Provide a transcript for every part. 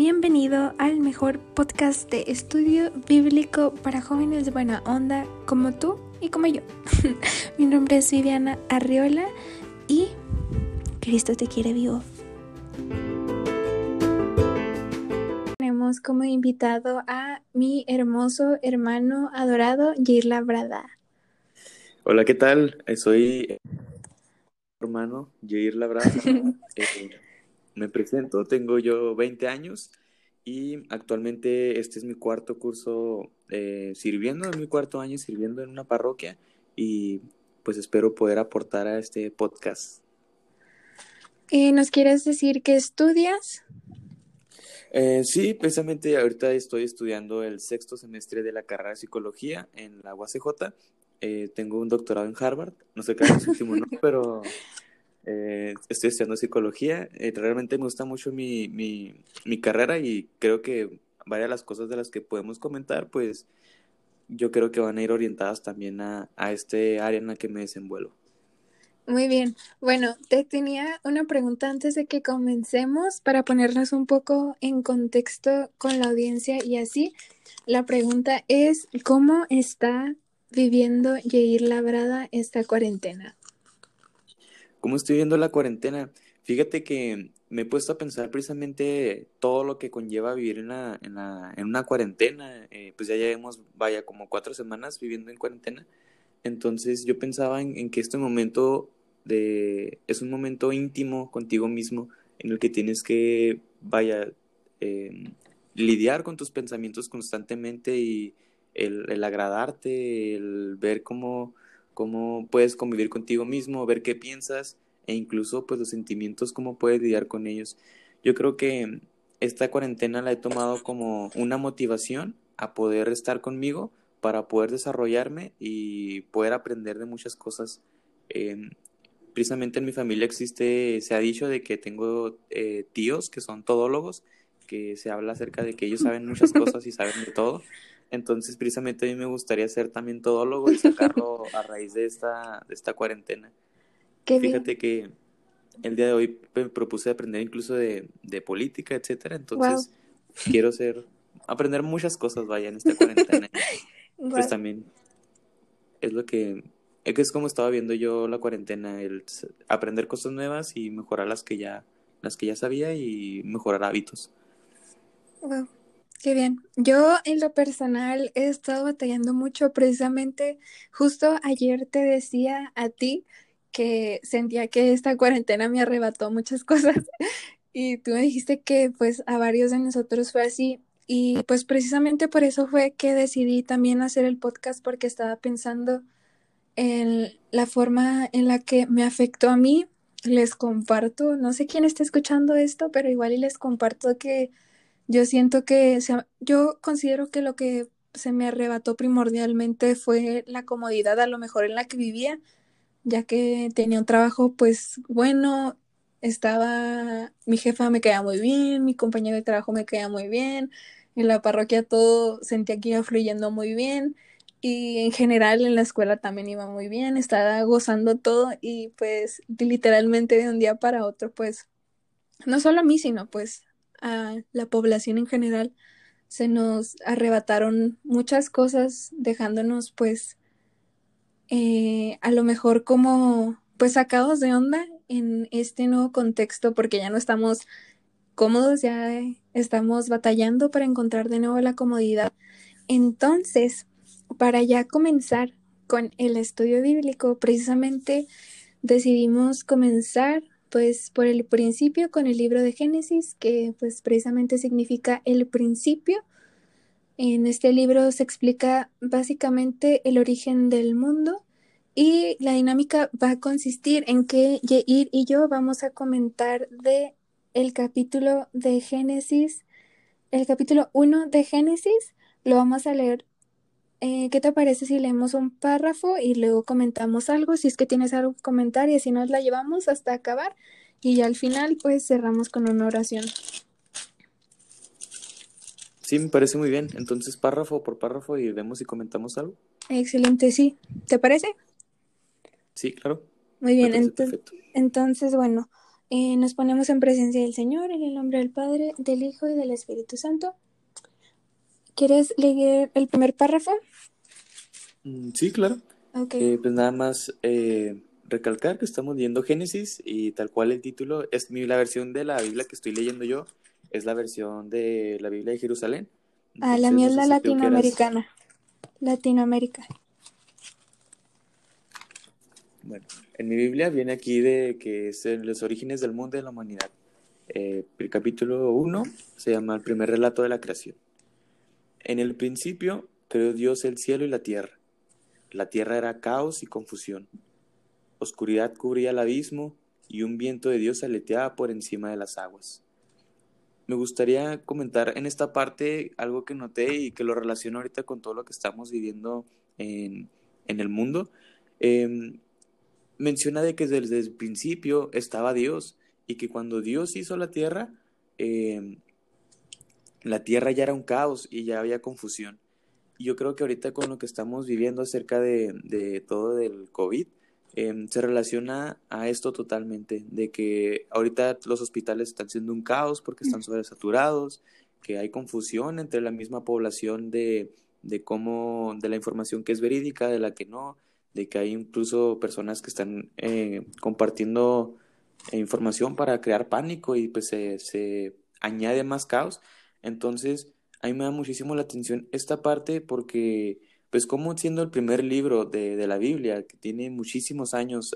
Bienvenido al mejor podcast de estudio bíblico para jóvenes de buena onda como tú y como yo. Mi nombre es Viviana Arriola y Cristo te quiere vivo. Tenemos como invitado a mi hermoso hermano adorado, Jair Labrada. Hola, ¿qué tal? Soy hermano Jair Labrada. Me presento, tengo yo 20 años y actualmente este es mi cuarto curso sirviendo, es mi cuarto año sirviendo en una parroquia y pues espero poder aportar a este podcast. ¿Nos quieres decir qué estudias? Sí, precisamente ahorita estoy estudiando el sexto semestre de la carrera de psicología en la UACJ. Tengo un doctorado en Harvard, no sé qué es último, ¿no? Pero estoy estudiando psicología. Realmente me gusta mucho mi carrera y creo que varias de las cosas de las que podemos comentar, pues yo creo que van a ir orientadas también a este área en la que me desenvuelvo. Muy bien. Bueno, te tenía una pregunta antes de que comencemos para ponernos un poco en contexto con la audiencia y así. La pregunta es, ¿cómo está viviendo Jair Labrada esta cuarentena? ¿Cómo estoy viendo la cuarentena? Fíjate que me he puesto a pensar precisamente todo lo que conlleva vivir en una cuarentena. Pues ya llevamos, vaya, como 4 semanas viviendo en cuarentena. Entonces yo pensaba en que este momento es un momento íntimo contigo mismo en el que tienes que, vaya, eh, lidiar con tus pensamientos constantemente y el agradarte, el ver cómo puedes convivir contigo mismo, ver qué piensas e incluso pues los sentimientos, cómo puedes lidiar con ellos. Yo creo que esta cuarentena la he tomado como una motivación a poder estar conmigo para poder desarrollarme y poder aprender de muchas cosas. Eh, Precisamente en mi familia se ha dicho de que tengo tíos que son todólogos, que se habla acerca de que ellos saben muchas cosas y saben de todo. Entonces, precisamente a mí me gustaría ser también todólogo y sacarlo a raíz de esta cuarentena. Qué bien. Fíjate que el día de hoy me propuse aprender incluso de política, etcétera. Wow. Entonces, quiero aprender muchas cosas, vaya, en esta cuarentena. Y pues Wow. también es como estaba viendo yo la cuarentena, aprender cosas nuevas y mejorar las que ya sabía y mejorar hábitos. Wow. Qué bien. Yo en lo personal he estado batallando mucho. Precisamente, justo ayer te decía a ti que sentía que esta cuarentena me arrebató muchas cosas. Y tú me dijiste que pues a varios de nosotros fue así y pues precisamente por eso fue que decidí también hacer el podcast porque estaba pensando en la forma en la que me afectó a mí. Les comparto, no sé quién está escuchando esto, pero igual y les comparto que yo siento que, yo considero que lo que se me arrebató primordialmente fue la comodidad a lo mejor en la que vivía, ya que tenía un trabajo pues bueno, mi jefa me caía muy bien, mi compañero de trabajo me caía muy bien, en la parroquia todo sentía que iba fluyendo muy bien y en general en la escuela también iba muy bien, estaba gozando todo y pues literalmente de un día para otro pues no solo a mí sino pues a la población en general se nos arrebataron muchas cosas dejándonos pues a lo mejor como pues sacados de onda en este nuevo contexto porque ya no estamos cómodos, ya estamos batallando para encontrar de nuevo la comodidad. Entonces, para ya comenzar con el estudio bíblico, precisamente decidimos comenzar pues por el principio con el libro de Génesis, que pues precisamente significa el principio. En este libro se explica básicamente el origen del mundo y la dinámica va a consistir en que Yair y yo vamos a comentar de el capítulo de Génesis, el capítulo 1 de Génesis, lo vamos a leer. ¿Qué te parece si leemos un párrafo y luego comentamos algo? Si es que tienes algo que comentar y así nos la llevamos hasta acabar y ya al final pues cerramos con una oración. Sí, me parece muy bien. Entonces, párrafo por párrafo y vemos si comentamos algo. Excelente, sí. ¿Te parece? Sí, claro. Muy Me bien, parece perfecto. entonces, bueno, Nos ponemos en presencia del Señor, en el nombre del Padre, del Hijo y del Espíritu Santo. ¿Quieres leer el primer párrafo? Sí, claro. Ok. Pues nada más recalcar que estamos leyendo Génesis y tal cual el título es la versión de la Biblia que estoy leyendo yo, es la versión de la Biblia de Jerusalén. La Entonces mía no es sé la si tú quieras. latinoamericana. Latinoamérica. Bueno, en mi Biblia viene aquí de que es en los orígenes del mundo y de la humanidad. El capítulo 1 se llama el primer relato de la creación. En el principio creó Dios el cielo y la tierra. La tierra era caos y confusión. Oscuridad cubría el abismo y un viento de Dios aleteaba por encima de las aguas. Me gustaría comentar en esta parte algo que noté y que lo relaciono ahorita con todo lo que estamos viviendo en, en el mundo. Eh, Menciona de que desde el principio estaba Dios y que cuando Dios hizo eh, la tierra ya era un caos y ya había confusión. Y yo creo que ahorita con lo que estamos viviendo acerca de todo del COVID, se relaciona a esto totalmente, de que ahorita los hospitales están siendo un caos porque están sobresaturados, que hay confusión entre la misma población de cómo, de la información que es verídica, de la que no, de que hay incluso personas que están compartiendo información para crear pánico y pues se añade más caos. Entonces, a mí me da muchísimo la atención esta parte porque, pues como siendo el primer libro de la Biblia, que tiene muchísimos años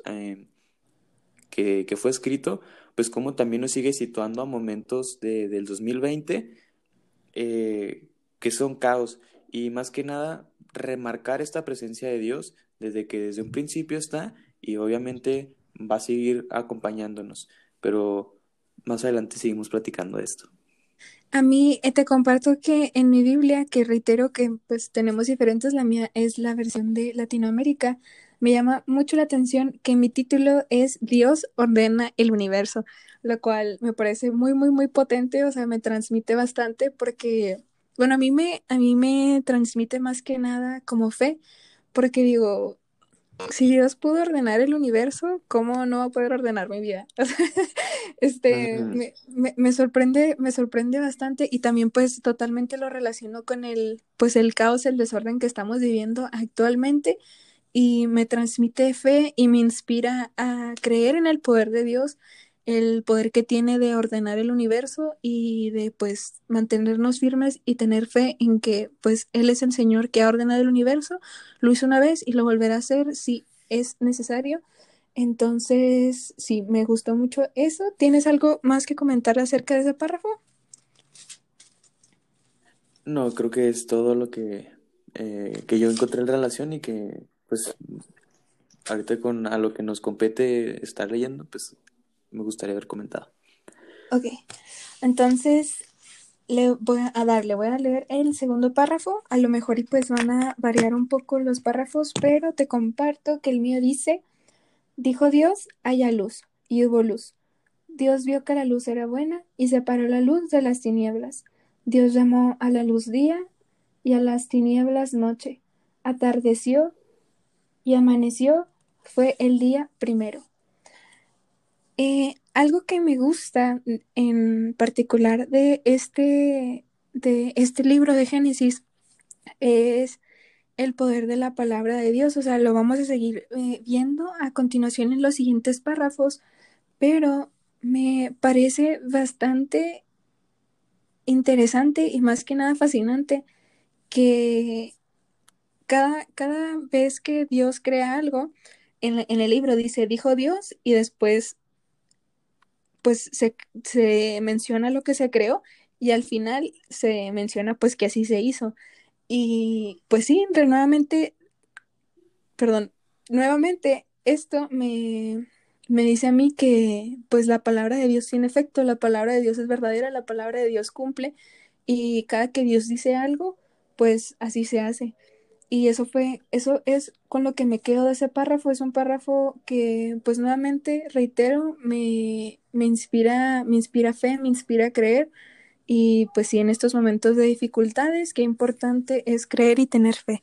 que fue escrito, pues como también nos sigue situando a momentos del 2020 que son caos. Y más que nada, remarcar esta presencia de Dios desde que desde un principio está y obviamente va a seguir acompañándonos. Pero más adelante seguimos platicando de esto. A mí te comparto que en mi Biblia, que reitero que pues tenemos diferentes, la mía es la versión de Latinoamérica, me llama mucho la atención que mi título es Dios ordena el universo, lo cual me parece muy, muy, muy potente, o sea, me transmite bastante porque, bueno, a mí me transmite más que nada como fe, porque digo, si Dios pudo ordenar el universo, ¿cómo no va a poder ordenar mi vida? O sea, Ujú. me sorprende bastante y también pues totalmente lo relaciono con pues el caos, el desorden que estamos viviendo actualmente y me transmite fe y me inspira a creer en el poder de Dios, el poder que tiene de ordenar el universo y de pues mantenernos firmes y tener fe en que pues Él es el Señor que ha ordenado el universo, lo hizo una vez y lo volverá a hacer si es necesario. Entonces, sí, me gustó mucho eso. ¿Tienes algo más que comentar acerca de ese párrafo? No, creo que es todo lo que yo encontré en relación y que, pues, ahorita con a lo que nos compete estar leyendo, pues, me gustaría haber comentado. Ok, entonces le voy a leer el segundo párrafo. A lo mejor y pues van a variar un poco los párrafos, pero te comparto que el mío dice, dijo Dios, haya luz, y hubo luz. Dios vio que la luz era buena y separó la luz de las tinieblas. Dios llamó a la luz día y a las tinieblas noche. Atardeció y amaneció, fue el día primero. Algo que me gusta en particular de este libro de Génesis es el poder de la palabra de Dios. O sea, lo vamos a seguir viendo a continuación en los siguientes párrafos, pero me parece bastante interesante y más que nada fascinante que cada vez que Dios crea algo, en el libro dice, dijo Dios, y después pues se menciona lo que se creó y al final se menciona pues que así se hizo. Y pues sí, perdón, nuevamente esto me dice a mí que pues la palabra de Dios tiene efecto, la palabra de Dios es verdadera, la palabra de Dios cumple y cada que Dios dice algo, pues así se hace. Y eso es con lo que me quedo de ese párrafo. Es un párrafo que, pues nuevamente, reitero, me inspira fe, me inspira a creer. Y pues sí, en estos momentos de dificultades, qué importante es creer y tener fe.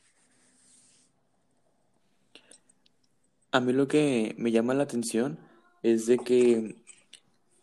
A mí lo que me llama la atención es de que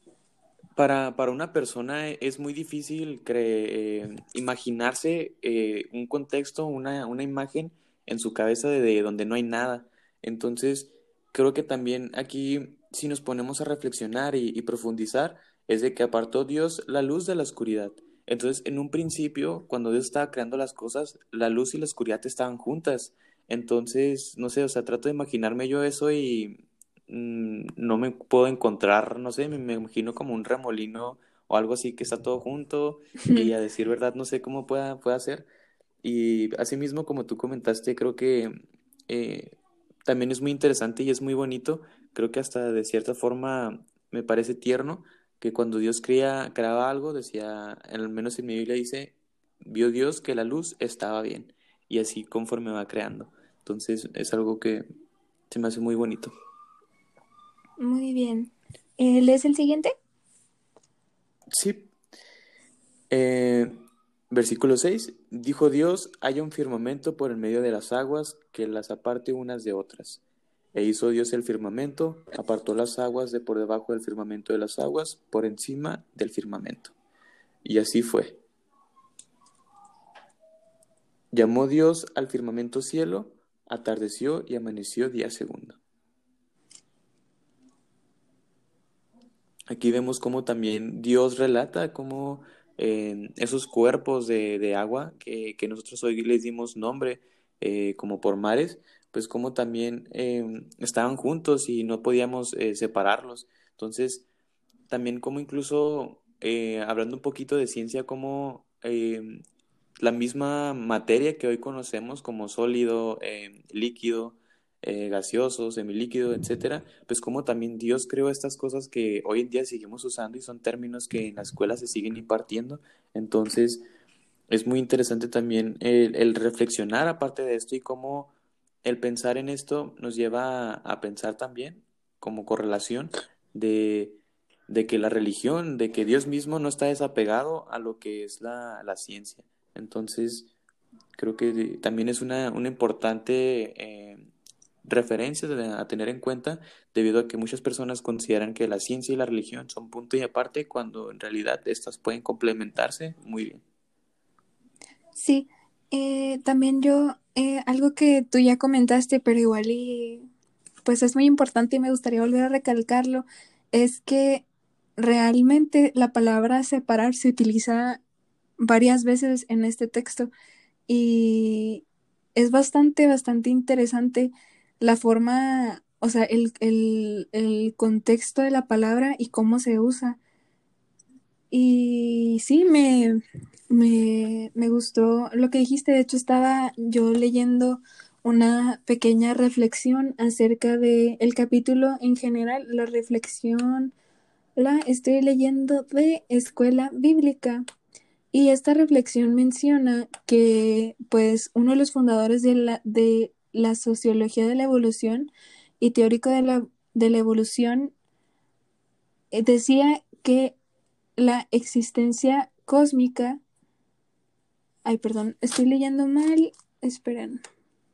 Para una persona es muy difícil imaginarse un contexto, una imagen en su cabeza de donde no hay nada. Entonces, creo que también aquí, si nos ponemos a reflexionar y profundizar, es de que apartó Dios la luz de la oscuridad. Entonces, en un principio, cuando Dios estaba creando las cosas, la luz y la oscuridad estaban juntas. Entonces, no sé, o sea, trato de imaginarme yo eso y no me puedo encontrar, no sé, me imagino como un remolino o algo así que está todo junto y a decir verdad no sé cómo pueda ser. Y asimismo, como tú comentaste, creo que eh, también es muy interesante y es muy bonito. Creo que hasta de cierta forma me parece tierno que cuando Dios creaba algo, decía, al menos en mi Biblia dice, vio Dios que la luz estaba bien. Y así conforme va creando. Entonces es algo que se me hace muy bonito. Muy bien. ¿Lees el siguiente? Sí, Eh, versículo 6 dijo Dios, haya un firmamento por el medio de las aguas que las aparte unas de otras. E hizo Dios el firmamento, apartó las aguas de por debajo del firmamento de las aguas, por encima del firmamento. Y así fue. Llamó Dios al firmamento cielo, atardeció y amaneció día segundo. Aquí vemos cómo también Dios relata cómo esos cuerpos de agua que nosotros hoy les dimos nombre como por mares, pues cómo también estaban juntos y no podíamos separarlos. Entonces, también como incluso, hablando un poquito de ciencia, como la misma materia que hoy conocemos como sólido, líquido, gaseoso, semilíquido, etcétera, pues como también Dios creó estas cosas que hoy en día seguimos usando y son términos que en la escuela se siguen impartiendo. Entonces, es muy interesante también el reflexionar aparte de esto y cómo el pensar en esto nos lleva a pensar también como correlación de, de que la religión, de que Dios mismo no está desapegado a lo que es la ciencia. Entonces, creo que también es una importante referencia a tener en cuenta debido a que muchas personas consideran que la ciencia y la religión son punto y aparte cuando en realidad estas pueden complementarse muy bien. Sí, también yo, algo que tú ya comentaste, pero igual pues es muy importante y me gustaría volver a recalcarlo, es que realmente la palabra separar se utiliza varias veces en este texto y es bastante interesante la forma, o sea, el contexto de la palabra y cómo se usa. Y sí, me gustó lo que dijiste. De hecho, estaba yo leyendo una pequeña reflexión acerca de el capítulo en general. La reflexión la estoy leyendo de Escuela Bíblica. Y esta reflexión menciona que, pues, uno de los fundadores de la sociología de la evolución y teórico de la evolución decía que la existencia cósmica, ay, perdón, estoy leyendo mal, esperen.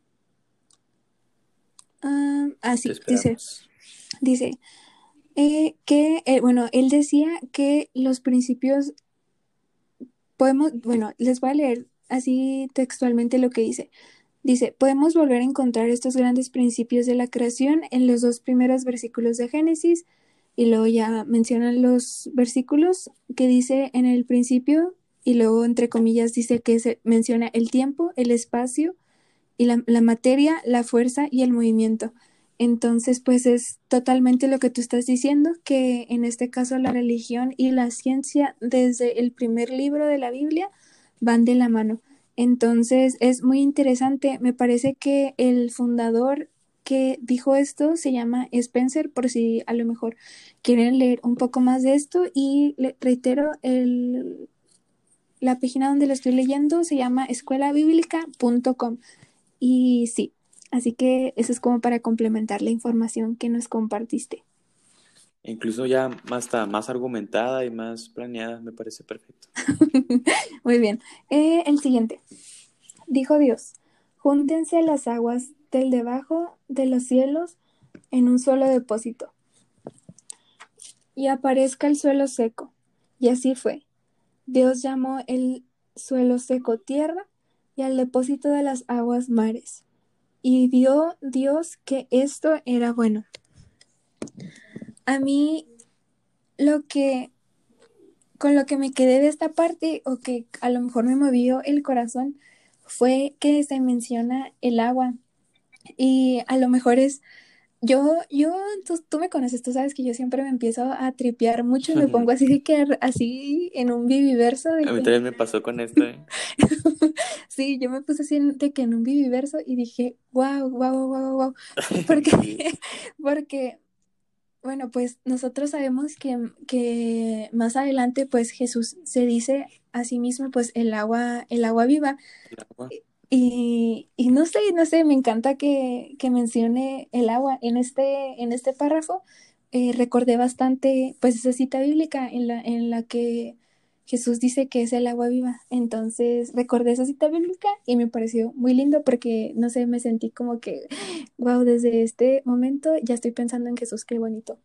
Te Sí, esperamos. dice que, bueno, él decía que los principios podemos, bueno, les voy a leer así textualmente lo que dice. Dice, podemos volver a encontrar estos grandes principios de la creación en los dos primeros versículos de Génesis y luego ya mencionan los versículos que dice en el principio y luego entre comillas dice que se menciona el tiempo, el espacio y la materia, la fuerza y el movimiento. Entonces, pues es totalmente lo que tú estás diciendo, que en este caso la religión y la ciencia desde el primer libro de la Biblia van de la mano. Entonces, es muy interesante. Me parece que el fundador que dijo esto se llama Spencer, por si a lo mejor quieren leer un poco más de esto. Y le reitero, la página donde lo estoy leyendo se llama escuelabiblica.com. Y sí, así que eso es como para complementar la información que nos compartiste. Incluso ya hasta más argumentada y más planeada, me parece perfecto. Muy bien. El siguiente. Dijo Dios, júntense las aguas del debajo de los cielos en un solo depósito y aparezca el suelo seco. Y así fue. Dios llamó el suelo seco tierra y al depósito de las aguas mares. Y vio Dios que esto era bueno. A mí lo que con lo que me quedé de esta parte o que a lo mejor me movió el corazón fue que se menciona el agua y a lo mejor es tú me conoces, tú sabes que yo siempre me empiezo a tripear mucho y me pongo así de que así en un viviverso de A mí que también me pasó con esto, ¿eh? sí, yo me puse así de que en un viviverso y dije, wow, wow, wow, wow, wow, porque, Sí, porque bueno, pues nosotros sabemos que más adelante, pues Jesús se dice a sí mismo, pues el agua viva. el agua. Y no sé, no sé, me encanta que mencione el agua. En este párrafo recordé bastante, pues esa cita bíblica en la que Jesús dice que es el agua viva. Entonces recordé esa cita bíblica y me pareció muy lindo porque, no sé, me sentí como que, wow, desde este momento ya estoy pensando en Jesús, qué bonito.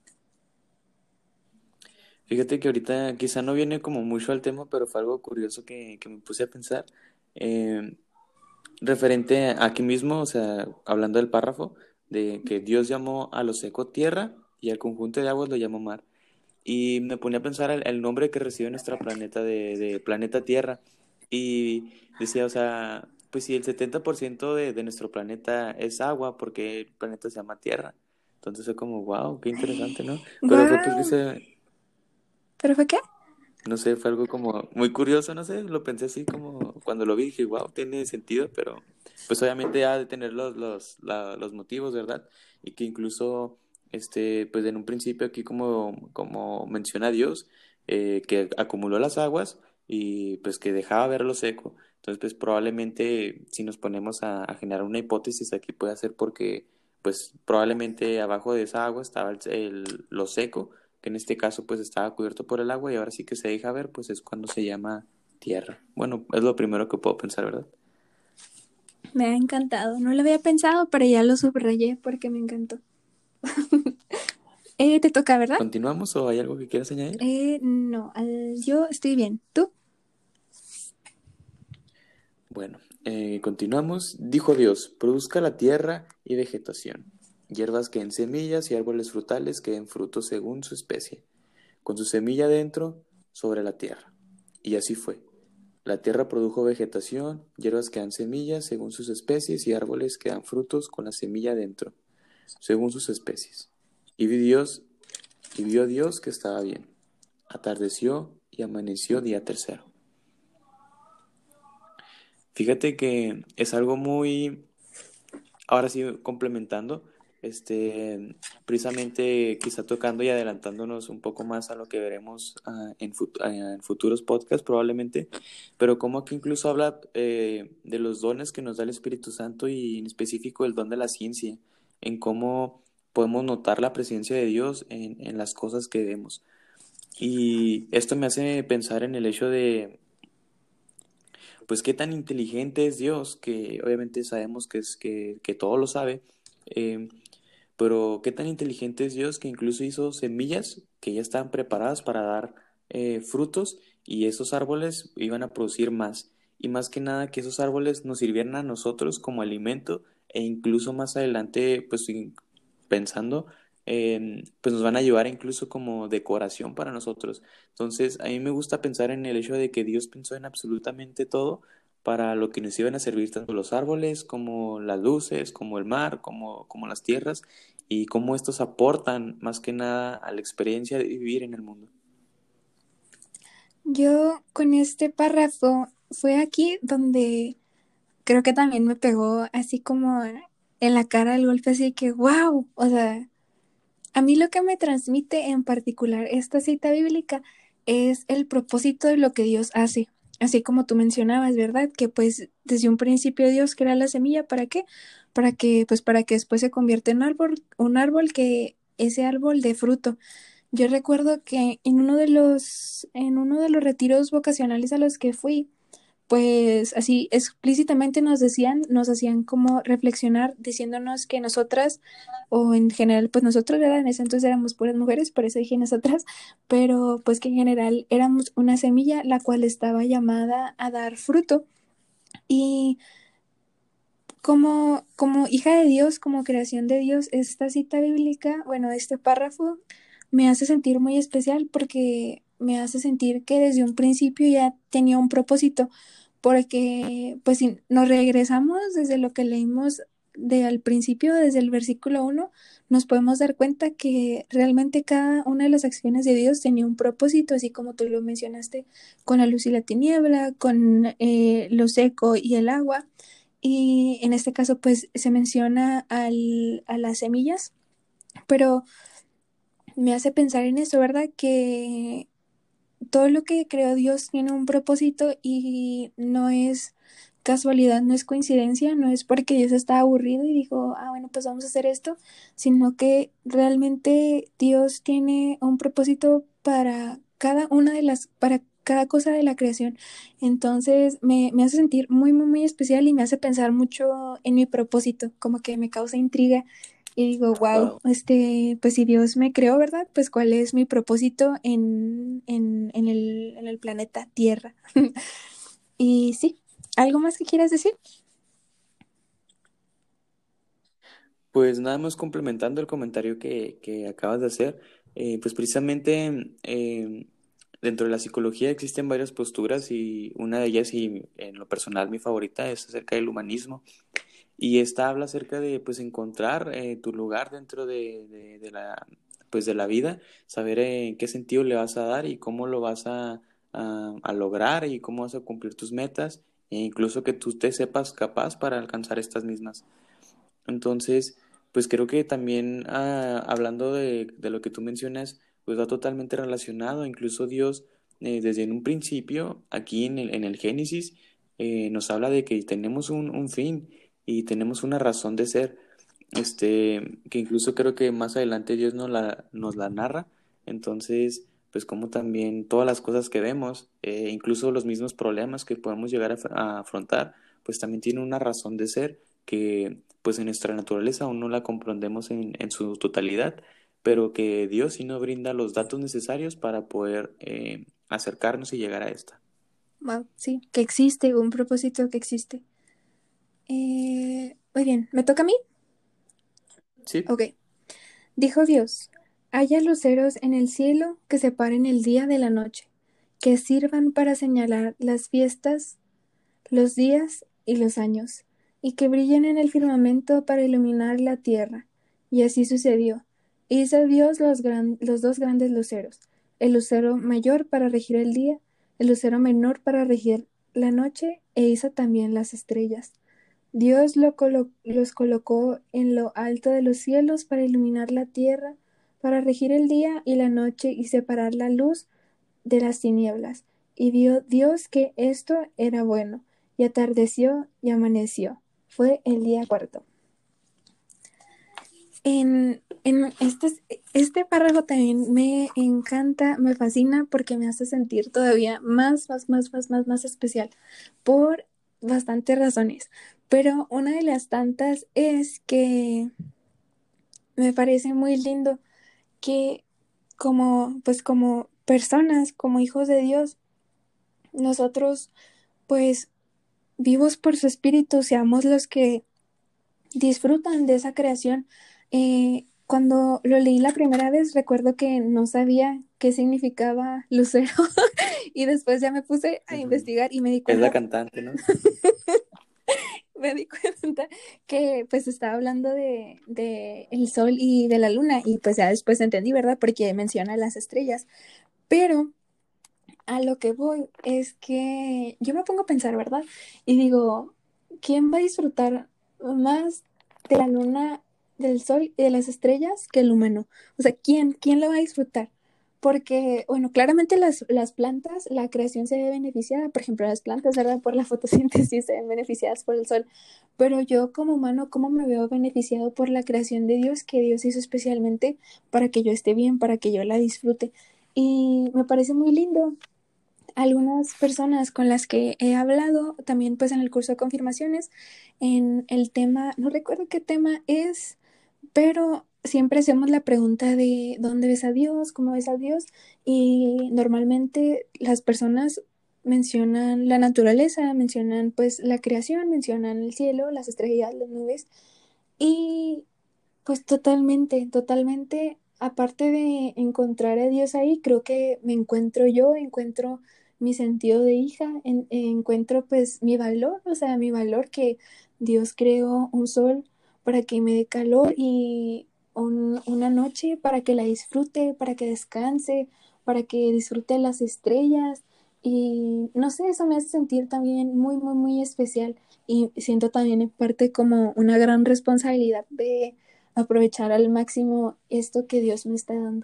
Fíjate que ahorita quizá no viene como mucho al tema, pero fue algo curioso que me puse a pensar. Eh, Referente a aquí mismo, o sea, hablando del párrafo, de que Dios llamó a lo seco tierra y al conjunto de aguas lo llamó mar. Y me ponía a pensar el nombre que recibe nuestro planeta de planeta Tierra. Y decía, o sea, pues si el 70% de nuestro planeta es agua, porque el planeta se llama Tierra. Entonces fue como, wow, qué interesante, ¿no? Pero fue pues Wow, ¿pero fue qué? no sé, fue algo como muy curioso, no sé, lo pensé así como cuando lo vi, dije, wow, tiene sentido, pero pues obviamente ha de tener los motivos, ¿verdad? Y que incluso, pues en un principio aquí como menciona Dios, que acumuló las aguas y pues que dejaba verlo seco. Entonces, pues probablemente si nos ponemos a generar una hipótesis aquí puede ser porque, pues probablemente abajo de esa agua estaba lo seco que en este caso pues estaba cubierto por el agua y ahora sí que se deja ver, pues es cuando se llama tierra. Bueno, es lo primero que puedo pensar, ¿verdad? Me ha encantado. No lo había pensado, pero ya lo subrayé porque me encantó. Te toca, ¿verdad? ¿Continuamos o hay algo que quieras añadir? No, yo estoy bien. ¿Tú? Bueno, continuamos. Dijo Dios, produzca la tierra y vegetación, hierbas que den semillas y árboles frutales que den frutos según su especie, con su semilla dentro sobre la tierra. Y así fue. La tierra produjo vegetación, hierbas que dan semillas según sus especies y árboles que dan frutos con la semilla dentro, según sus especies. Y vio Dios que estaba bien. Atardeció y amaneció día tercero. Fíjate que es algo muy, ahora sí complementando, precisamente quizá tocando y adelantándonos un poco más a lo que veremos en futuros podcasts probablemente, pero como aquí incluso habla de los dones que nos da el Espíritu Santo y en específico el don de la ciencia, en cómo podemos notar la presencia de Dios en las cosas que vemos. Y esto me hace pensar en el hecho de, pues, qué tan inteligente es Dios, que obviamente sabemos que todo lo sabe, eh, pero qué tan inteligente es Dios que incluso hizo semillas que ya estaban preparadas para dar frutos y esos árboles iban a producir más. Y más que nada que esos árboles nos sirvieran a nosotros como alimento e incluso más adelante, pues pensando, pues nos van a llevar incluso como decoración para nosotros. Entonces, a mí me gusta pensar en el hecho de que Dios pensó en absolutamente todo para lo que nos iban a servir tanto los árboles como las luces, como el mar, como las tierras y cómo estos aportan más que nada a la experiencia de vivir en el mundo. Yo con este párrafo fue aquí donde creo que también me pegó así como en la cara el golpe así que wow, o sea, a mí lo que me transmite en particular esta cita bíblica es el propósito de lo que Dios hace. Así como tú mencionabas, ¿verdad? Que pues desde un principio Dios crea la semilla, ¿para qué? Para que después se convierta en un árbol que ese árbol dé fruto. Yo recuerdo que en uno de los retiros vocacionales a los que fui, pues así explícitamente nos decían, nos hacían como reflexionar diciéndonos que nosotras, o en general, pues nosotros en ese entonces éramos puras mujeres, por eso dije nosotras, pero pues que en general éramos una semilla la cual estaba llamada a dar fruto. Y como hija de Dios, como creación de Dios, esta cita bíblica, bueno, este párrafo me hace sentir muy especial porque me hace sentir que desde un principio ya tenía un propósito, porque pues si nos regresamos desde lo que leímos de al principio, desde el versículo 1, nos podemos dar cuenta que realmente cada una de las acciones de Dios tenía un propósito, así como tú lo mencionaste, con la luz y la tiniebla, con lo seco y el agua. Y en este caso, pues se menciona a las semillas, pero me hace pensar en eso, ¿verdad? Que todo lo que creó Dios tiene un propósito y no es casualidad, no es coincidencia, no es porque Dios está aburrido y dijo, ah, bueno, pues vamos a hacer esto, sino que realmente Dios tiene un propósito para cada una de para cada cosa de la creación. Entonces me hace sentir muy, muy, muy especial y me hace pensar mucho en mi propósito, como que me causa intriga y digo, wow, Wow. pues si Dios me creó, ¿verdad? Pues cuál es mi propósito en el planeta Tierra. Y sí, ¿algo más que quieras decir? Pues nada más complementando el comentario que acabas de hacer, pues precisamente dentro de la psicología existen varias posturas y una de ellas, y en lo personal mi favorita, es acerca del humanismo. Y esta habla acerca de pues encontrar tu lugar dentro de la pues de la vida, saber en qué sentido le vas a dar y cómo lo vas a lograr y cómo vas a cumplir tus metas, e incluso que tú te sepas capaz para alcanzar estas mismas. Entonces, pues creo que también hablando de lo que tú mencionas, pues va totalmente relacionado. Incluso Dios, desde en un principio, aquí en el Génesis, nos habla de que tenemos un fin y tenemos una razón de ser, que incluso creo que más adelante Dios nos la narra. Entonces, pues como también todas las cosas que vemos, incluso los mismos problemas que podemos llegar a afrontar, pues también tienen una razón de ser que pues en nuestra naturaleza aún no la comprendemos en su totalidad, pero que Dios sí nos brinda los datos necesarios para poder acercarnos y llegar a esta. Wow, sí, que existe, un propósito que existe. Muy bien, ¿me toca a mí? Sí, Ok. Dijo Dios, haya luceros en el cielo que separen el día de la noche, que sirvan para señalar las fiestas, los días y los años, y que brillen en el firmamento para iluminar la tierra. Y así sucedió. Hizo Dios los dos grandes luceros, el lucero mayor para regir el día, el lucero menor para regir la noche, e hizo también las estrellas. Dios los colocó en lo alto de los cielos para iluminar la tierra, para regir el día y la noche y separar la luz de las tinieblas. Y vio Dios que esto era bueno, y atardeció y amaneció. Fue el día cuarto. Este párrafo también me encanta, me fascina porque me hace sentir todavía más especial por bastantes razones. Pero una de las tantas es que me parece muy lindo que pues como personas, como hijos de Dios, nosotros pues vivos por su espíritu seamos los que disfrutan de esa creación. Cuando lo leí la primera vez, recuerdo que no sabía qué significaba lucero y después ya me puse a ujú. investigar y Es la cantante, ¿no? me di cuenta que pues estaba hablando de el sol y de la luna y pues ya después entendí, ¿verdad? Porque menciona las estrellas. Pero a lo que voy es que yo me pongo a pensar, ¿verdad? Y digo, ¿quién va a disfrutar más de la luna, del sol y de las estrellas que el humano? O sea, ¿quién lo va a disfrutar? Porque, bueno, claramente las plantas, la creación se ve beneficiada, por ejemplo, las plantas, ¿verdad? Por la fotosíntesis se ven beneficiadas por el sol, pero yo como humano, ¿cómo me veo beneficiado por la creación de Dios que Dios hizo especialmente para que yo esté bien, para que yo la disfrute? Y me parece muy lindo algunas personas con las que he hablado, también pues en el curso de confirmaciones, en el tema, no recuerdo qué tema es, pero siempre hacemos la pregunta de ¿dónde ves a Dios? ¿Cómo ves a Dios? Y normalmente las personas mencionan la naturaleza, mencionan pues la creación, mencionan el cielo, las estrellas, las nubes. Y pues totalmente, totalmente, aparte de encontrar a Dios ahí, creo que me encuentro yo, encuentro mi sentido de hija, encuentro pues mi valor, o sea, mi valor que Dios creó un sol para que me dé calor y una noche para que la disfrute, para que descanse, para que disfrute las estrellas y no sé, eso me hace sentir también muy, muy, muy especial y siento también en parte como una gran responsabilidad de aprovechar al máximo esto que Dios me está dando.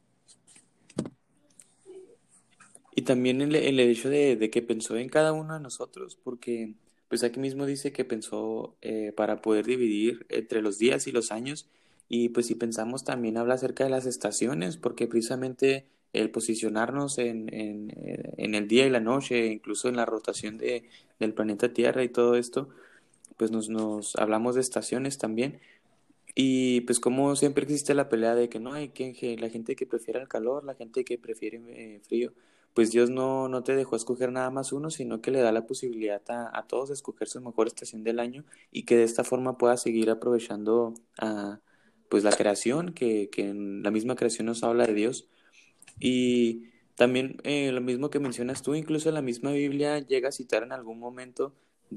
Y también el hecho de que pensó en cada uno de nosotros, porque pues aquí mismo dice que pensó para poder dividir entre los días y los años, y pues si pensamos también habla acerca de las estaciones, porque precisamente el posicionarnos en el día y la noche, incluso en la rotación del planeta Tierra y todo esto, pues nos hablamos de estaciones también. Y pues como siempre existe la pelea de que no hay que la gente que prefiere el calor, la gente que prefiere frío, pues Dios no te dejó escoger nada más uno, sino que le da la posibilidad a todos de escoger su mejor estación del año y que de esta forma pueda seguir aprovechando pues la creación, que en la misma creación nos habla de Dios. Y también lo mismo que mencionas tú, incluso la misma Biblia llega a citar en algún momento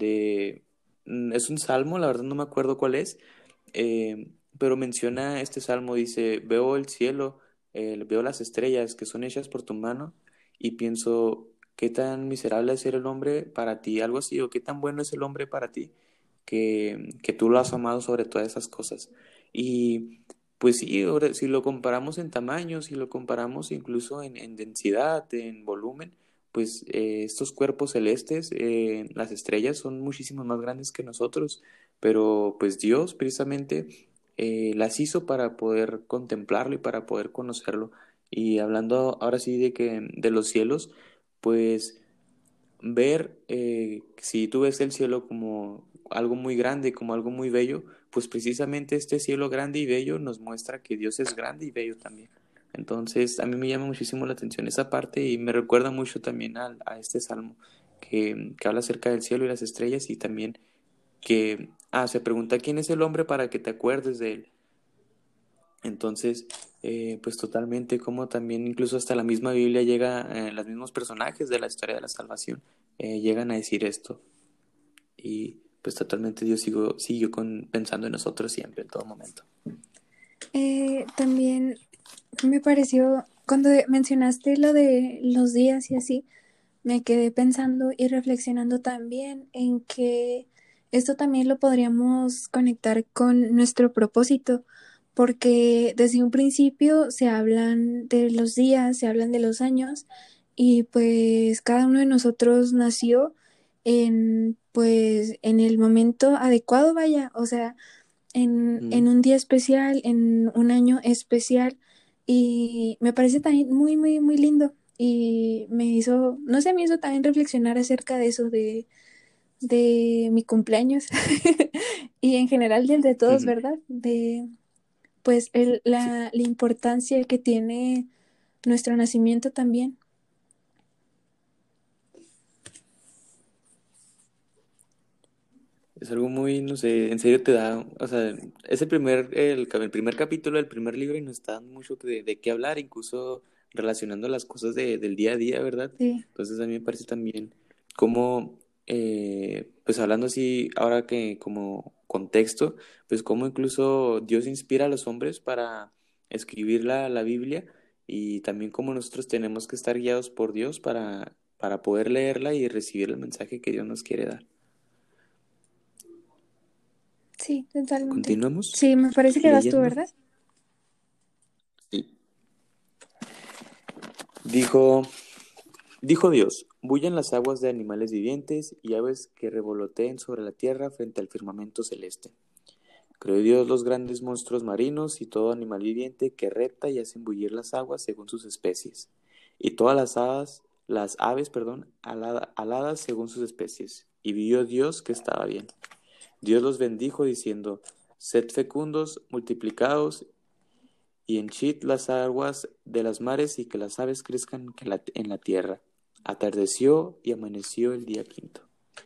es un salmo, la verdad no me acuerdo cuál es, pero menciona este salmo, dice, veo el cielo, veo las estrellas que son hechas por tu mano y pienso, ¿qué tan miserable es ser el hombre para ti? Algo así, o qué tan bueno es el hombre para ti que tú lo has amado sobre todas esas cosas. Y pues sí, ahora, si lo comparamos en tamaño, si lo comparamos incluso en densidad, en volumen, pues estos cuerpos celestes, las estrellas son muchísimo más grandes que nosotros, pero pues Dios precisamente las hizo para poder contemplarlo y para poder conocerlo. Y hablando ahora sí de que de los cielos, pues ver, si tú ves el cielo como algo muy grande, como algo muy bello, pues precisamente este cielo grande y bello nos muestra que Dios es grande y bello también. Entonces, a mí me llama muchísimo la atención esa parte y me recuerda mucho también a este salmo que habla acerca del cielo y las estrellas y también que, se pregunta quién es el hombre para que te acuerdes de él. Entonces, pues totalmente como también incluso hasta la misma Biblia llega, los mismos personajes de la historia de la salvación llegan a decir esto. Y pues totalmente Dios siguió pensando en nosotros siempre, en todo momento. También me pareció, cuando mencionaste lo de los días y así, me quedé pensando y reflexionando también en que esto también lo podríamos conectar con nuestro propósito, porque desde un principio se hablan de los días, se hablan de los años, y pues cada uno de nosotros nació en pues en el momento adecuado, vaya, o sea, en Mm. un día especial, en un año especial, y me parece también muy, muy, muy lindo. Y me hizo, no sé, me hizo también reflexionar acerca de eso, de mi cumpleaños y en general del de todos, ¿verdad? De pues Sí, la importancia que tiene nuestro nacimiento también. es algo muy, no sé, en serio te da, o sea, es el primer capítulo del primer libro y nos está dando mucho de qué hablar, incluso relacionando las cosas del día a día, ¿verdad? Sí. Entonces a mí me parece también como, pues hablando así, ahora que como contexto, pues como incluso Dios inspira a los hombres para escribir la Biblia y también como nosotros tenemos que estar guiados por Dios para poder leerla y recibir el mensaje que Dios nos quiere dar. Sí, totalmente. Continuamos Sí, me parece que vas tú, leyendo. ¿verdad? Sí. Dijo, dijo Dios, bullan las aguas de animales vivientes y aves que revoloteen sobre la tierra frente al firmamento celeste. Creó Dios los grandes monstruos marinos y todo animal viviente que repta y hace bullir las aguas según sus especies, y todas las las aves, perdón, aladas según sus especies. Y vio Dios que estaba bien. Dios los bendijo diciendo, sed fecundos, multiplicaos y henchid las aguas de las mares y que las aves crezcan en la tierra. Atardeció y amaneció el día quinto.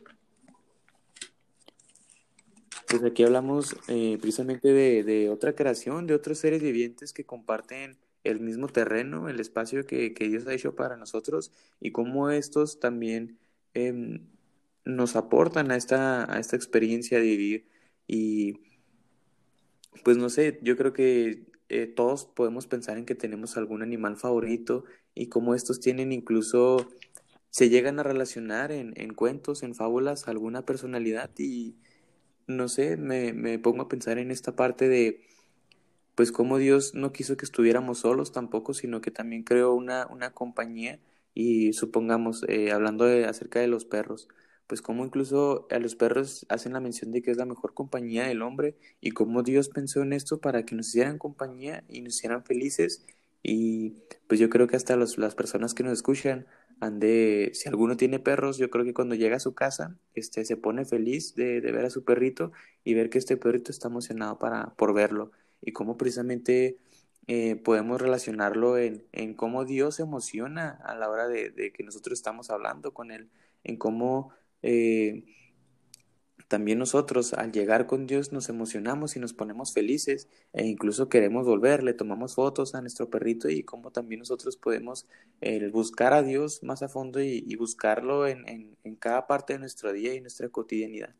Pues aquí hablamos precisamente de otra creación, de otros seres vivientes que comparten el mismo terreno, el espacio que Dios ha hecho para nosotros y cómo estos también em, nos aportan a esta experiencia de vivir. Y pues no sé, yo creo que todos podemos pensar en que tenemos algún animal favorito y cómo estos tienen incluso, se llegan a relacionar en cuentos, en fábulas, alguna personalidad y no sé, me pongo a pensar en esta parte de, pues cómo Dios no quiso que estuviéramos solos tampoco, sino que también creó una compañía y supongamos, acerca de los perros, pues cómo incluso a los perros hacen la mención de que es la mejor compañía del hombre y cómo Dios pensó en esto para que nos hicieran compañía y nos hicieran felices y pues yo creo que hasta las personas que nos escuchan si alguno tiene perros, yo creo que cuando llega a su casa, se pone feliz de ver a su perrito y ver que este perrito está emocionado por verlo y cómo precisamente podemos relacionarlo en cómo Dios se emociona a la hora de que nosotros estamos hablando con Él, en cómo eh, también nosotros al llegar con Dios nos emocionamos y nos ponemos felices e incluso queremos volver, le tomamos fotos a nuestro perrito y cómo también nosotros podemos buscar a Dios más a fondo y buscarlo en cada parte de nuestro día y nuestra cotidianidad.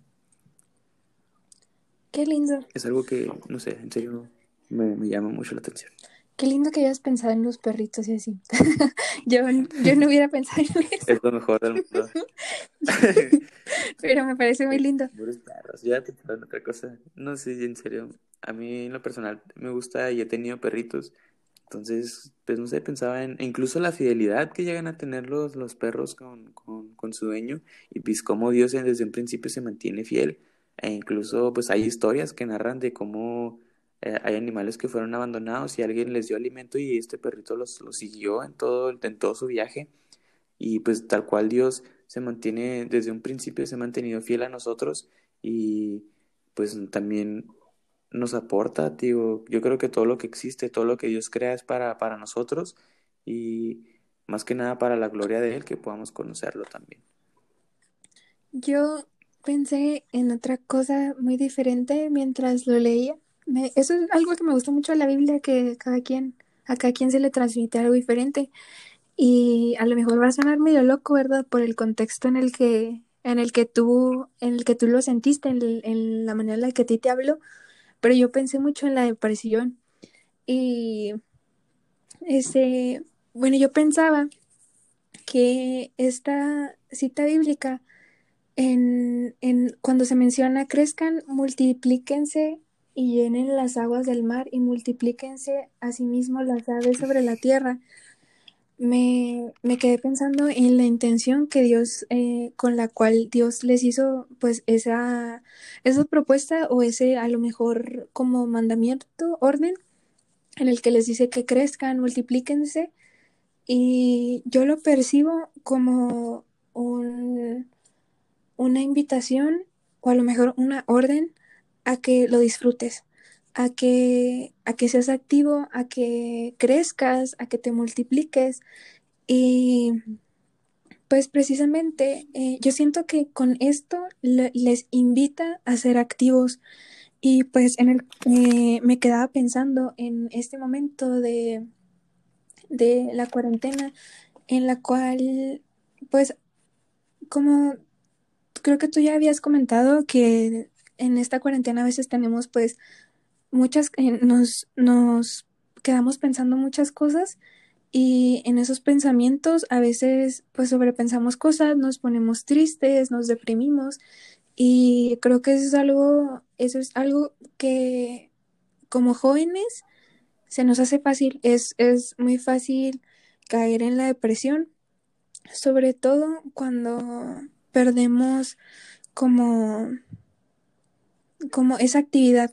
Qué lindo. Es algo que, no sé, en serio me llama mucho la atención. Qué lindo que hayas pensado en los perritos y así. yo no hubiera pensado en eso, Es lo mejor del mundo. pero me parece muy lindo. Puros perros, ya te en otra cosa. No sé, en serio. A mí en lo personal me gusta y he tenido perritos. Entonces, pues no sé, pensaba en incluso la fidelidad que llegan a tener los perros con su dueño y pues cómo Dios desde un principio se mantiene fiel. E incluso pues hay historias que narran de cómo hay animales que fueron abandonados y alguien les dio alimento y este perrito los siguió en todo su viaje. Y pues tal cual Dios se mantiene, desde un principio se ha mantenido fiel a nosotros y pues también nos aporta, digo, yo creo que todo lo que existe, todo lo que Dios crea es para nosotros y más que nada para la gloria de Él, que podamos conocerlo también. Yo pensé en otra cosa muy diferente mientras lo leía. Eso es algo que me gusta mucho de la Biblia, que a cada quien se le transmite algo diferente. Y a lo mejor va a sonar medio loco, ¿verdad? Por el contexto en el que tú lo sentiste, en la manera en la que a ti te habló. Pero yo pensé mucho en la depresión. Y ese, bueno, yo pensaba que esta cita bíblica cuando se menciona crezcan, multiplíquense y llenen las aguas del mar y multiplíquense asimismo las aves sobre la tierra. Me quedé pensando en la intención que Dios, con la cual Dios les hizo, pues esa propuesta o ese a lo mejor como mandamiento, orden, en el que les dice que crezcan, multiplíquense, y yo lo percibo como una invitación o a lo mejor una orden a que lo disfrutes, a que seas activo, a que crezcas, a que te multipliques y pues precisamente yo siento que con esto les invita a ser activos y pues me quedaba pensando en este momento de la cuarentena en la cual pues como creo que tú ya habías comentado que en esta cuarentena a veces tenemos pues nos quedamos pensando muchas cosas y en esos pensamientos a veces pues sobrepensamos cosas, nos ponemos tristes, nos deprimimos y creo que eso es algo que como jóvenes se nos hace fácil, es muy fácil caer en la depresión, sobre todo cuando perdemos como, como esa actividad.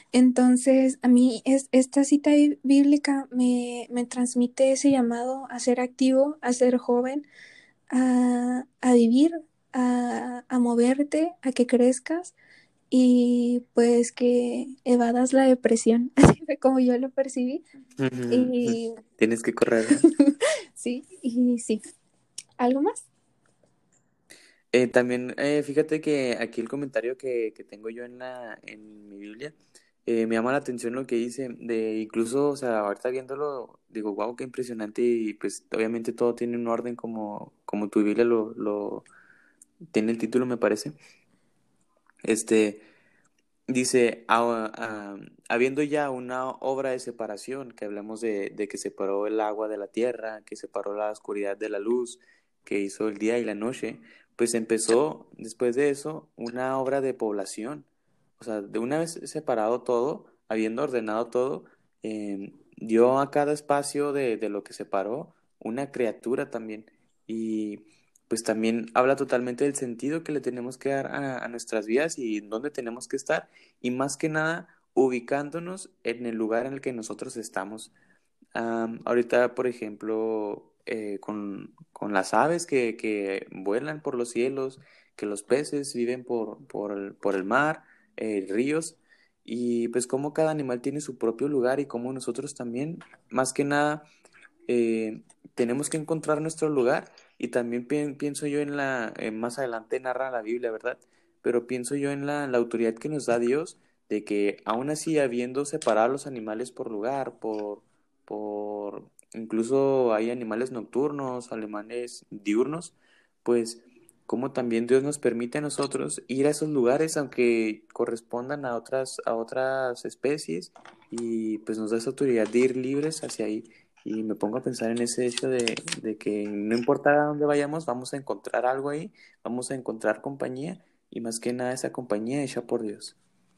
Entonces, a mí esta cita bíblica me transmite ese llamado a ser activo, a ser joven, a vivir, a moverte, a que crezcas y pues que evadas la depresión, así fue como yo lo percibí. Y Tienes que correr. sí, y sí. ¿Algo más? También, fíjate que aquí el comentario que tengo yo en mi Biblia, me llama la atención lo que dice, de incluso, o sea, ahorita viéndolo, digo, wow, qué impresionante, y pues obviamente todo tiene un orden como tu Biblia lo tiene el título, me parece. Este, dice, habiendo ya una obra de separación, que hablamos de que separó el agua de la tierra, que separó la oscuridad de la luz, que hizo el día y la noche, pues empezó después de eso una obra de población. O sea, de una vez separado todo, habiendo ordenado todo, dio a cada espacio de lo que separó una criatura también. Y pues también habla totalmente del sentido que le tenemos que dar a nuestras vidas y dónde tenemos que estar y más que nada ubicándonos en el lugar en el que nosotros estamos. Ahorita, por ejemplo, con las aves que vuelan por los cielos, que los peces viven por el mar, ríos, y pues como cada animal tiene su propio lugar y como nosotros también, más que nada, eh, tenemos que encontrar nuestro lugar y también pienso yo más adelante narra la Biblia, ¿verdad? Pero pienso yo en la autoridad que nos da Dios de que aún así habiendo separado a los animales por lugar, incluso hay animales nocturnos, animales diurnos, pues como también Dios nos permite a nosotros ir a esos lugares aunque correspondan a otras especies y pues nos da esa autoridad de ir libres hacia ahí. Y me pongo a pensar en ese hecho de que no importa a dónde vayamos, vamos a encontrar algo ahí, vamos a encontrar compañía y más que nada esa compañía hecha por Dios.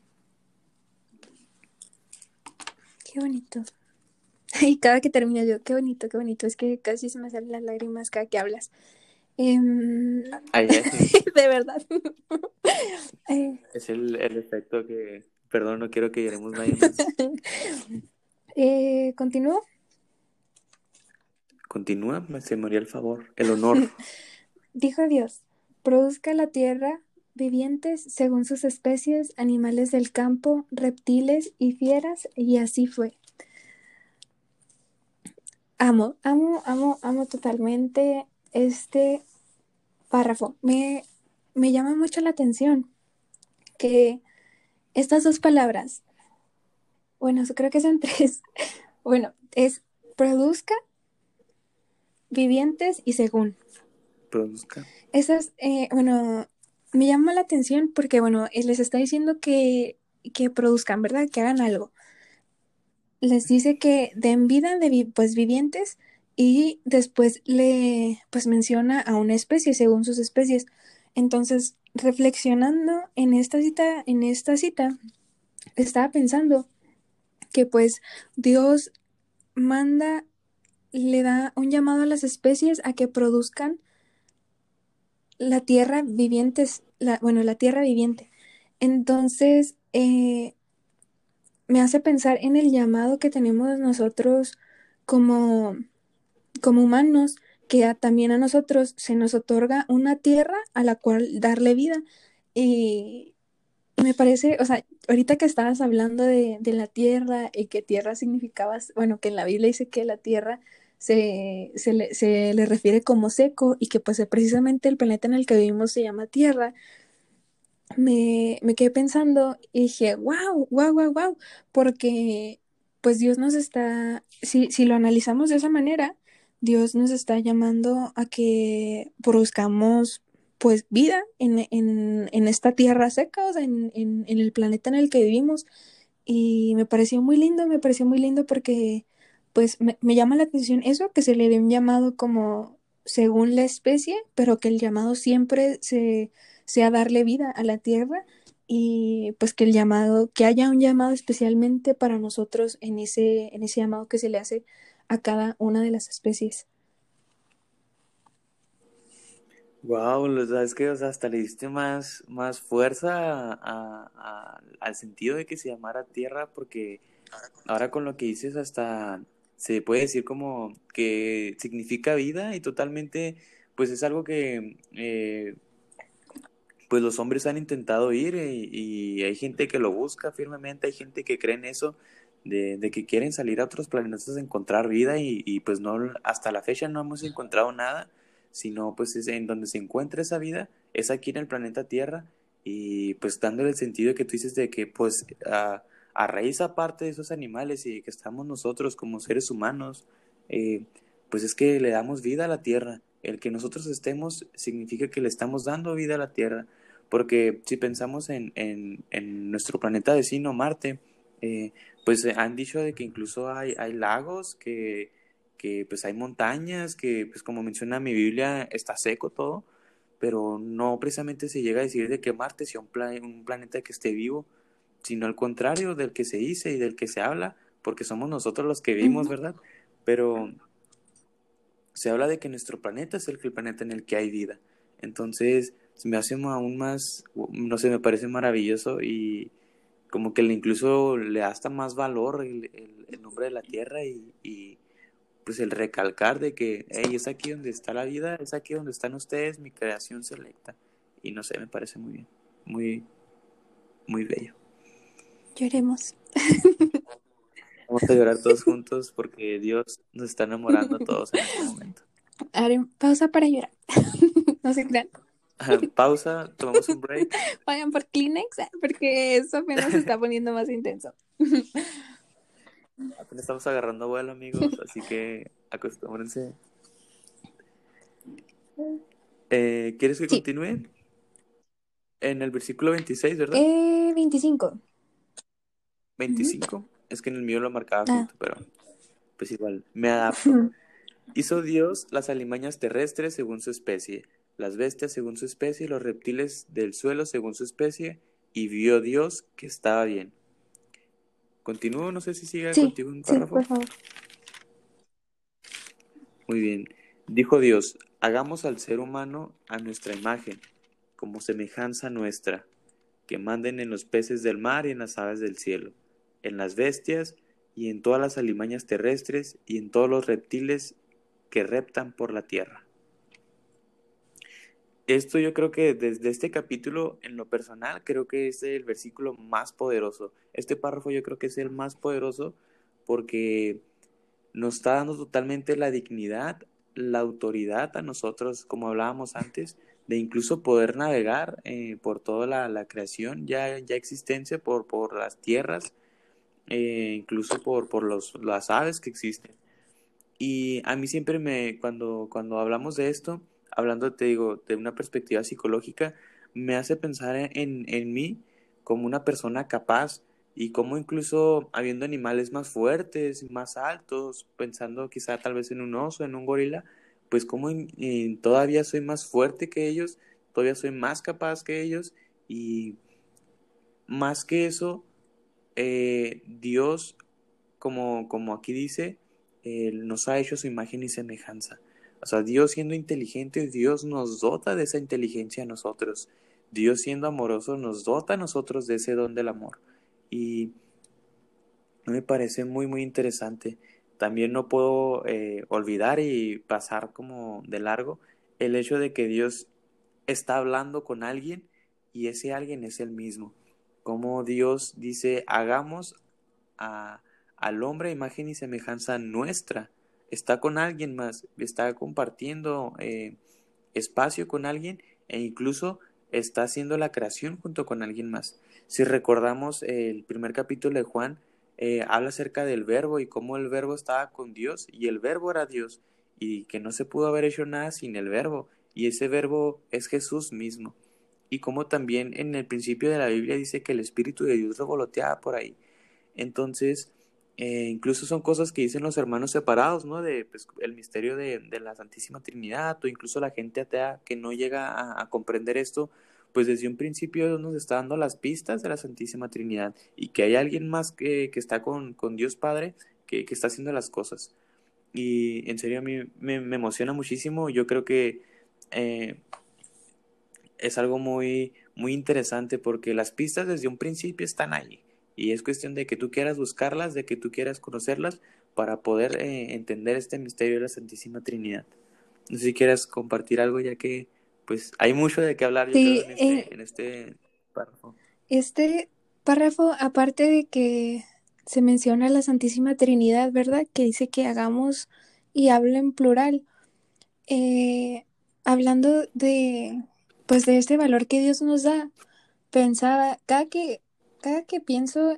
Qué bonito. Y cada que termino yo, qué bonito, qué bonito. Es que casi se me salen las lágrimas cada que hablas. Em, Ahí de verdad. Eh, es el efecto que, perdón, no quiero que lloremos nadie más. ¿Continúo? Continúa, se me haría el favor, el honor. Dijo Dios, produzca la tierra vivientes según sus especies, animales del campo, reptiles y fieras, y así fue. Amo, amo, amo, amo totalmente este párrafo. Me llama mucho la atención que estas dos palabras, bueno, creo que son tres, bueno, es produzca, vivientes y según. Produzca. Esas, bueno, me llama la atención porque, bueno, les está diciendo que produzcan, ¿verdad? Que hagan algo. Les dice que den vida de pues vivientes y después pues menciona a una especie según sus especies. Entonces, reflexionando en esta cita, estaba pensando que pues Dios manda, le da un llamado a las especies a que produzcan la tierra vivientes, bueno, la tierra viviente. Entonces, me hace pensar en el llamado que tenemos nosotros como, como humanos, que también a nosotros se nos otorga una tierra a la cual darle vida. Y me parece, o sea, ahorita que estabas hablando de la tierra y que tierra significaba, bueno, que en la Biblia dice que la tierra se le refiere como seco y que pues precisamente el planeta en el que vivimos se llama Tierra, me quedé pensando y dije, wow, wow, wow, wow, porque pues Dios nos está, si lo analizamos de esa manera, Dios nos está llamando a que produzcamos pues vida en esta tierra seca, o sea, en el planeta en el que vivimos. Y me pareció muy lindo porque pues me llama la atención eso, que se le dé un llamado como según la especie, pero que el llamado siempre sea darle vida a la tierra y pues que haya un llamado especialmente para nosotros en ese llamado que se le hace a cada una de las especies. Wow, sabes que, o sea, hasta le diste más fuerza al sentido de que se llamara tierra, porque ahora con lo que dices hasta se puede decir como que significa vida y totalmente, pues es algo que pues los hombres han intentado ir y hay gente que lo busca firmemente, hay gente que cree en eso, de que quieren salir a otros planetas a encontrar vida y pues no, hasta la fecha no hemos encontrado nada, sino pues es en donde se encuentra esa vida, es aquí en el planeta Tierra y pues dándole el sentido que tú dices de que pues a raíz aparte de esos animales y que estamos nosotros como seres humanos, eh, pues es que le damos vida a la Tierra. El que nosotros estemos significa que le estamos dando vida a la Tierra. Porque si pensamos en nuestro planeta vecino, Marte, pues han dicho de que incluso hay lagos, que pues hay montañas, que pues como menciona mi Biblia, está seco todo, pero no precisamente se llega a decir de que Marte sea un planeta que esté vivo, sino al contrario del que se dice y del que se habla, porque somos nosotros los que vivimos, Ujú. ¿verdad? Pero se habla de que nuestro planeta es el planeta en el que hay vida. Entonces, se me hace aún más, no sé, me parece maravilloso y como que incluso le da hasta más valor el nombre de la Tierra pues el recalcar de que, hey, es aquí donde está la vida, es aquí donde están ustedes, mi creación selecta. Y no sé, me parece muy bien, muy, muy bello. Lloremos. Vamos a llorar todos juntos porque Dios nos está enamorando a todos en este momento. Haré pausa para llorar. No se crean. Pausa, tomamos un break. Vayan por Kleenex porque eso apenas se está poniendo más intenso. Apenas estamos agarrando vuelo, amigos, así que acostúmbrense. ¿Quieres que Sí. continúe? En el versículo 26, ¿verdad? 25. Ujú. 25. Es que en el mío lo marcaba Ah. junto, pero pues igual, me adapto. Hizo Dios las alimañas terrestres según su especie, las bestias según su especie y los reptiles del suelo según su especie, y vio Dios que estaba bien. Continúo, no sé si siga Sí, contigo un sí, párrafo. por favor. Muy bien. Dijo Dios, hagamos al ser humano a nuestra imagen, como semejanza nuestra, que manden en los peces del mar y en las aves del cielo, en las bestias y en todas las alimañas terrestres y en todos los reptiles que reptan por la tierra. Esto yo creo que desde este capítulo, en lo personal, creo que es el versículo más poderoso. Este párrafo yo creo que es el más poderoso porque nos está dando totalmente la dignidad, la autoridad a nosotros, como hablábamos antes, de incluso poder navegar por toda la creación ya existencia, por las tierras, incluso por las aves que existen. Y a mí siempre cuando hablamos de esto, hablando, te digo, de una perspectiva psicológica, me hace pensar en mí como una persona capaz y como incluso habiendo animales más fuertes, más altos, pensando quizá tal vez en un oso, en un gorila, pues como todavía soy más fuerte que ellos, todavía soy más capaz que ellos y más que eso, Dios como aquí dice, Él nos ha hecho su imagen y semejanza. O sea, Dios siendo inteligente, Dios nos dota de esa inteligencia a nosotros. Dios siendo amoroso nos dota a nosotros de ese don del amor. Y me parece muy, muy interesante. También no puedo olvidar y pasar como de largo el hecho de que Dios está hablando con alguien y ese alguien es el mismo. Como Dios dice, hagamos a, al hombre a imagen y semejanza nuestra. Está con alguien más, está compartiendo espacio con alguien e incluso está haciendo la creación junto con alguien más. Si recordamos el primer capítulo de Juan, habla acerca del verbo y cómo el verbo estaba con Dios y el verbo era Dios y que no se pudo haber hecho nada sin el verbo y ese verbo es Jesús mismo. Y como también en el principio de la Biblia dice que el Espíritu de Dios revoloteaba por ahí. Entonces, incluso son cosas que dicen los hermanos separados, ¿no? De pues, el misterio de la Santísima Trinidad, o incluso la gente atea que no llega a comprender esto, pues desde un principio Dios nos está dando las pistas de la Santísima Trinidad y que hay alguien más que está con Dios Padre que está haciendo las cosas. Y en serio a mí me emociona muchísimo. Yo creo que es algo muy, muy interesante porque las pistas desde un principio están ahí y es cuestión de que tú quieras buscarlas, de que tú quieras conocerlas para poder entender este misterio de la Santísima Trinidad. No sé si quieres compartir algo ya que pues hay mucho de qué hablar yo creo Sí, en este párrafo. este párrafo, aparte de que se menciona la Santísima Trinidad, ¿verdad? Que dice que hagamos y habla en plural. Eh, hablando de, pues, de este valor que Dios nos da, pensaba, cada que pienso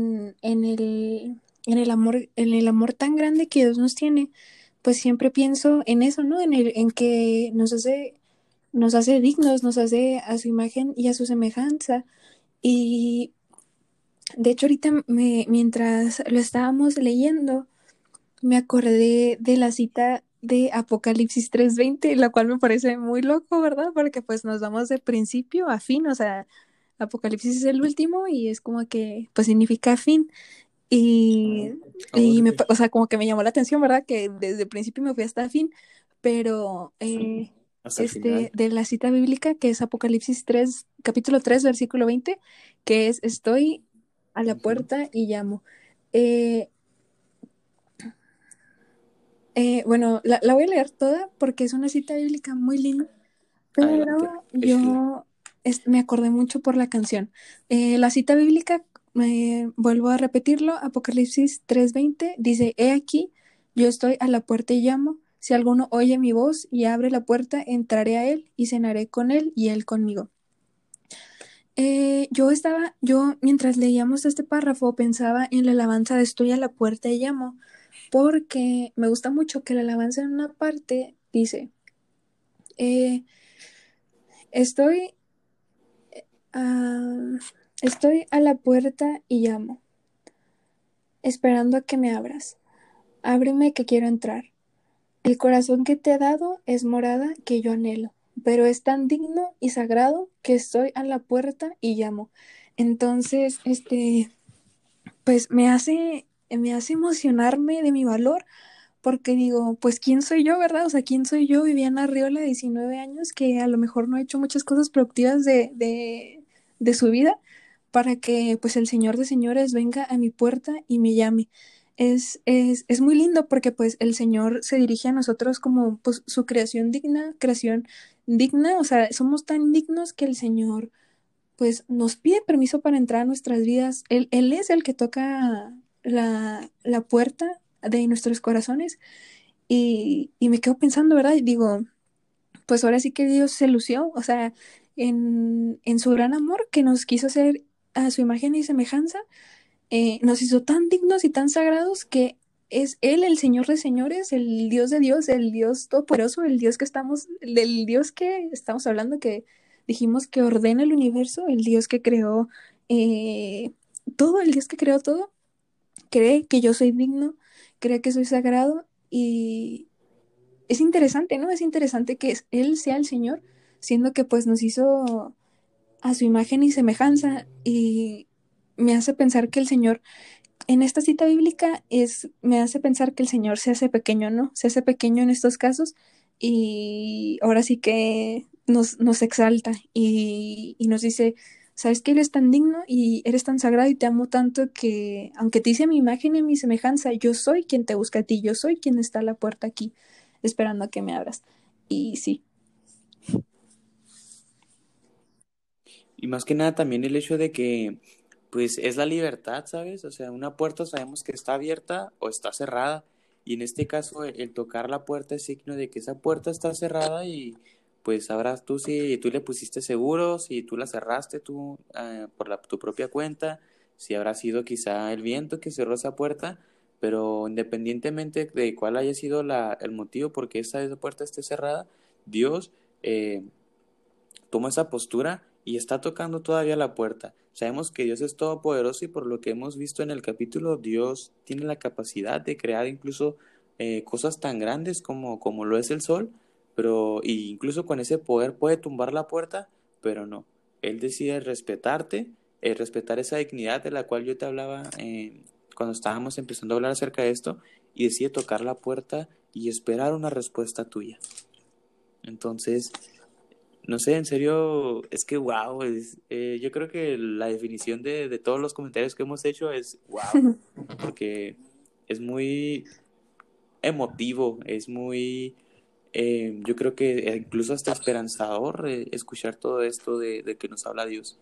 en en el amor tan grande que Dios nos tiene, pues siempre pienso en eso, ¿no? En que nos hace dignos, nos hace a su imagen y a su semejanza. Y de hecho, mientras lo estábamos leyendo, me acordé de la cita de Apocalipsis 3:20, la cual me parece muy loco, ¿verdad? Porque pues nos vamos de principio a fin, o sea, Apocalipsis es el último y es como que pues significa fin. Y, Órale. o sea, como que me llamó la atención, ¿verdad? Que desde el principio me fui hasta el fin, pero Hasta el final. de la cita bíblica que es Apocalipsis 3 capítulo 3 versículo 20 que es estoy a la Ujú. puerta y llamo. Eh, bueno, la voy a leer toda porque es una cita bíblica muy linda, Adelante, pero échale. me acordé mucho por la canción. La cita bíblica, vuelvo a repetirlo, Apocalipsis 3:20 dice, He aquí, yo estoy a la puerta y llamo. Si alguno oye mi voz y abre la puerta, entraré a él y cenaré con él y él conmigo. Yo mientras leíamos este párrafo pensaba en la alabanza de Estoy a la puerta y llamo, porque me gusta mucho que la alabanza en una parte dice, eh, estoy, ah, estoy a la puerta y llamo, esperando a que me abras. Ábreme que quiero entrar. El corazón que te he dado es morada que yo anhelo, pero es tan digno y sagrado que estoy a la puerta y llamo. Entonces, pues me hace emocionarme de mi valor, porque digo, pues ¿quién soy yo, verdad? O sea, ¿quién soy yo, Viviana Arriola, de 19 años, que a lo mejor no ha hecho muchas cosas productivas de su vida, para que pues el Señor de señores venga a mi puerta y me llame? Es muy lindo porque pues el Señor se dirige a nosotros como pues su creación digna, o sea, somos tan dignos que el Señor pues nos pide permiso para entrar a nuestras vidas. Él es el que toca la puerta de nuestros corazones y me quedo pensando, ¿verdad? Y digo, pues ahora sí que Dios se lució, o sea, en su gran amor que nos quiso hacer a su imagen y semejanza, nos hizo tan dignos y tan sagrados que es Él el Señor de señores, el Dios de Dios, el Dios todopoderoso, del Dios que estamos hablando, que dijimos que ordena el universo, el Dios que creó eh, todo, el Dios que creó todo, cree que yo soy digno, cree que soy sagrado y es interesante, ¿no? Es interesante que Él sea el Señor, siendo que pues nos hizo a su imagen y semejanza y me hace pensar que el Señor en esta cita bíblica me hace pensar que el Señor se hace pequeño, ¿no? Se hace pequeño en estos casos y ahora sí que nos exalta y nos dice, sabes que eres tan digno y eres tan sagrado y te amo tanto que aunque te hice mi imagen y mi semejanza, yo soy quien te busca a ti, yo soy quien está a la puerta aquí esperando a que me abras. Y sí, Y más que nada también el hecho de que, pues, es la libertad, ¿sabes? O sea, una puerta sabemos que está abierta o está cerrada. Y en este caso, el tocar la puerta es signo de que esa puerta está cerrada y, pues, sabrás tú si tú le pusiste seguro, si tú la cerraste tú por tu propia cuenta, si habrá sido quizá el viento que cerró esa puerta. Pero independientemente de cuál haya sido el motivo por qué esa puerta esté cerrada, Dios... eh, toma esa postura y está tocando todavía la puerta. Sabemos que Dios es todopoderoso y por lo que hemos visto en el capítulo, Dios tiene la capacidad de crear incluso cosas tan grandes como lo es el sol, pero y incluso con ese poder puede tumbar la puerta, pero no. Él decide respetarte, respetar esa dignidad de la cual yo te hablaba cuando estábamos empezando a hablar acerca de esto, y decide tocar la puerta y esperar una respuesta tuya. Entonces, No sé, en serio, es que wow, yo creo que la definición de todos los comentarios que hemos hecho es wow, porque es muy emotivo, es muy, yo creo que incluso hasta esperanzador escuchar todo esto de que nos habla Dios.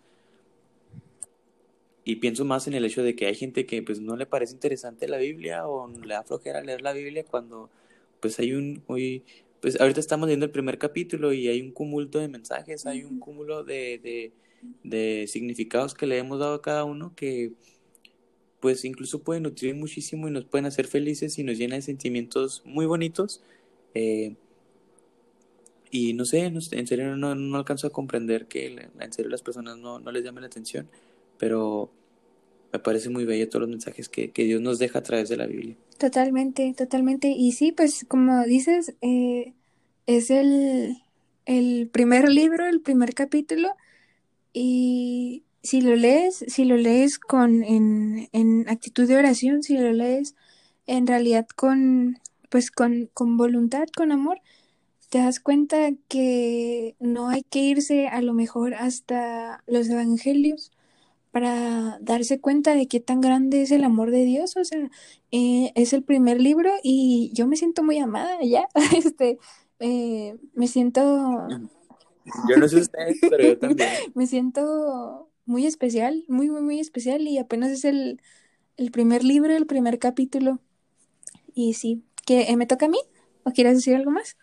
Y pienso más en el hecho de que hay gente que pues no le parece interesante la Biblia o le da flojera leer la Biblia cuando pues pues ahorita estamos viendo el primer capítulo y hay un cúmulo de mensajes, hay un cúmulo de significados que le hemos dado a cada uno que pues incluso pueden nutrir muchísimo y nos pueden hacer felices y nos llena de sentimientos muy bonitos. Eh, y no sé, en serio no alcanzo a comprender que en serio las personas no les llame la atención, pero me parece muy bello todos los mensajes que Dios nos deja a través de la Biblia. Totalmente, totalmente. Y sí, pues como dices, es el primer libro, el primer capítulo, y si lo lees en actitud de oración, si lo lees en realidad con voluntad, con amor, te das cuenta que no hay que irse a lo mejor hasta los evangelios para darse cuenta de qué tan grande es el amor de Dios. O sea, es el primer libro y yo me siento muy amada ya. Este, me siento, Yo no sé ustedes, pero yo también. me siento muy especial, muy, muy, muy especial y apenas es el primer libro, el primer capítulo. Y sí, que me toca a mí. ¿O quieres decir algo más?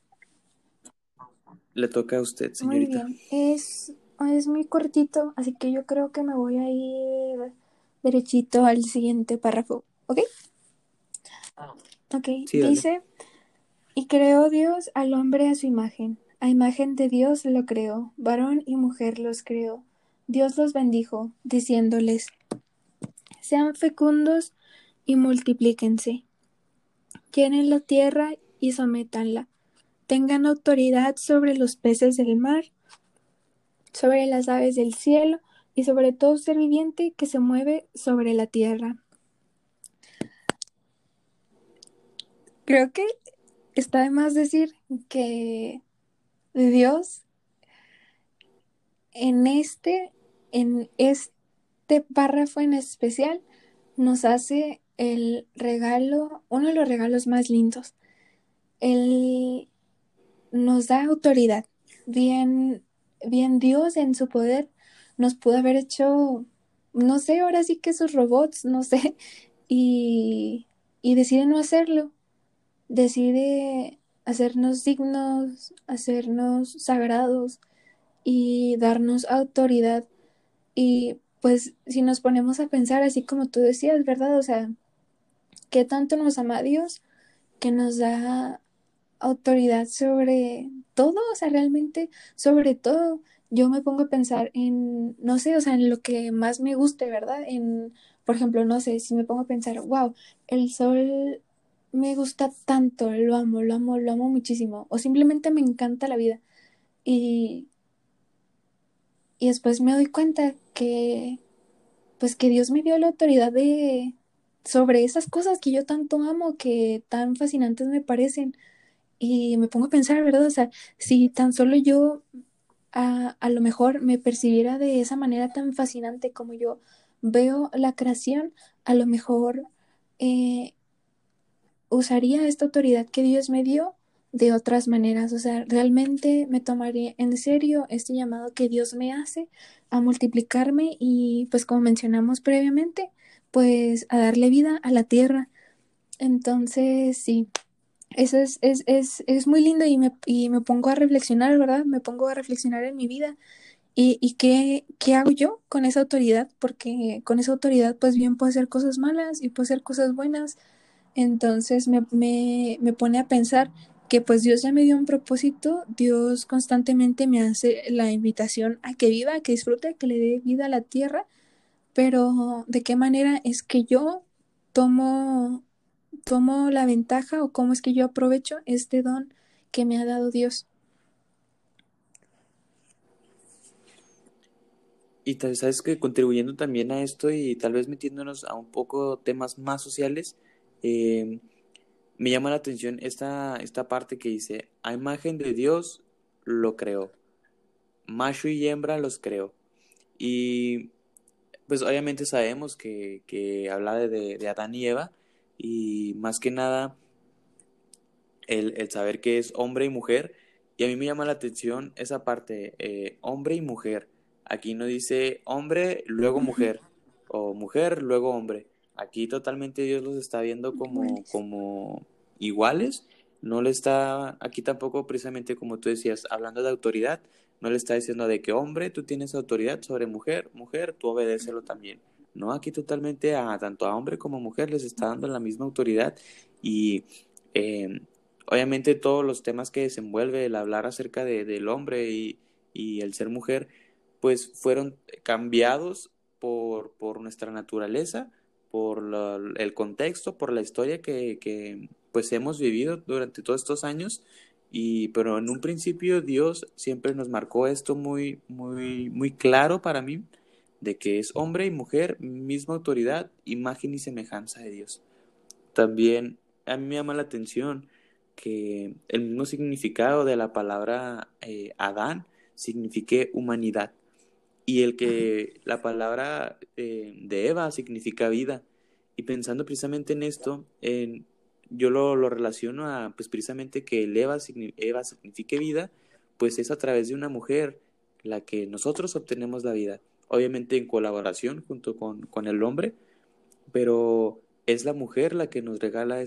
Le toca a usted, Muy señorita. bien, es muy cortito, así que yo creo que me voy a ir derechito al siguiente párrafo. ¿Ok? Ok, Sí, dale. dice, y creó Dios al hombre a su imagen. A imagen de Dios lo creó, varón y mujer los creó. Dios los bendijo, diciéndoles, sean fecundos y multiplíquense, llenen la tierra y sométanla, tengan autoridad sobre los peces del mar, sobre las aves del cielo y sobre todo ser viviente que se mueve sobre la tierra. Creo que está de más decir que Dios en en este párrafo en especial, nos hace el regalo, uno de los regalos más lindos. Él nos da autoridad. Bien, bien Dios en su poder nos pudo haber hecho, no sé, ahora sí que esos robots, no sé, y decide no hacerlo. Decide hacernos dignos, hacernos sagrados y darnos autoridad. Y pues si nos ponemos a pensar, así como tú decías, ¿verdad? O sea, ¿qué tanto nos ama Dios que nos da autoridad sobre todo? O sea, realmente sobre todo. Yo me pongo a pensar en, no sé, o sea, en lo que más me guste, ¿verdad? En, por ejemplo, no sé, si me pongo a pensar, wow, el sol me gusta tanto, lo amo, lo amo, lo amo muchísimo. O simplemente me encanta la vida. Y, y después me doy cuenta que pues que Dios me dio la autoridad de sobre esas cosas que yo tanto amo, que tan fascinantes me parecen. Y me pongo a pensar, ¿verdad? O sea, si tan solo yo a lo mejor me percibiera de esa manera tan fascinante como yo veo la creación, a lo mejor eh, usaría esta autoridad que Dios me dio de otras maneras. O sea, realmente me tomaría en serio este llamado que Dios me hace a multiplicarme y pues como mencionamos previamente, pues a darle vida a la tierra. Entonces, sí, eso es muy lindo y me pongo a reflexionar, ¿verdad? Me pongo a reflexionar en mi vida y qué hago yo con esa autoridad, porque con esa autoridad pues bien puedo hacer cosas malas y puedo hacer cosas buenas. Entonces me pone a pensar que pues Dios ya me dio un propósito, Dios constantemente me hace la invitación a que viva, a que disfrute, que le dé vida a la tierra, pero ¿de qué manera es que yo tomo, tomo la ventaja o cómo es que yo aprovecho este don que me ha dado Dios? Y sabes que contribuyendo también a esto y tal vez metiéndonos a un poco temas más sociales, eh, me llama la atención esta parte que dice, a imagen de Dios lo creó. macho y hembra los creó. Y pues obviamente sabemos que habla de Adán y Eva, y más que nada el saber que es hombre y mujer. Y a mí me llama la atención esa parte, hombre y mujer. Aquí no dice hombre, luego Ujú. mujer, o mujer, luego hombre. Aquí totalmente Dios los está viendo Iguales. como iguales. No le está, aquí tampoco precisamente como tú decías, hablando de autoridad, no le está diciendo de que hombre, tú tienes autoridad sobre mujer, mujer, tú obedécelo también. No, aquí totalmente a tanto a hombre como a mujer les está dando la misma autoridad. Y eh, obviamente todos los temas que desenvuelve el hablar acerca del hombre y el ser mujer, pues fueron cambiados por nuestra naturaleza, por el contexto, por la historia que pues hemos vivido durante todos estos años. Pero en un principio Dios siempre nos marcó esto muy, muy, muy claro para mí, de que es hombre y mujer, misma autoridad, imagen y semejanza de Dios. También a mí me llama la atención que el mismo significado de la palabra Adán signifique humanidad, y el que la palabra de Eva significa vida. Y pensando precisamente en esto, yo lo relaciono a pues precisamente que el Eva signifique vida, pues es a través de una mujer la que nosotros obtenemos la vida, obviamente en colaboración junto con el hombre, pero es la mujer la que nos regala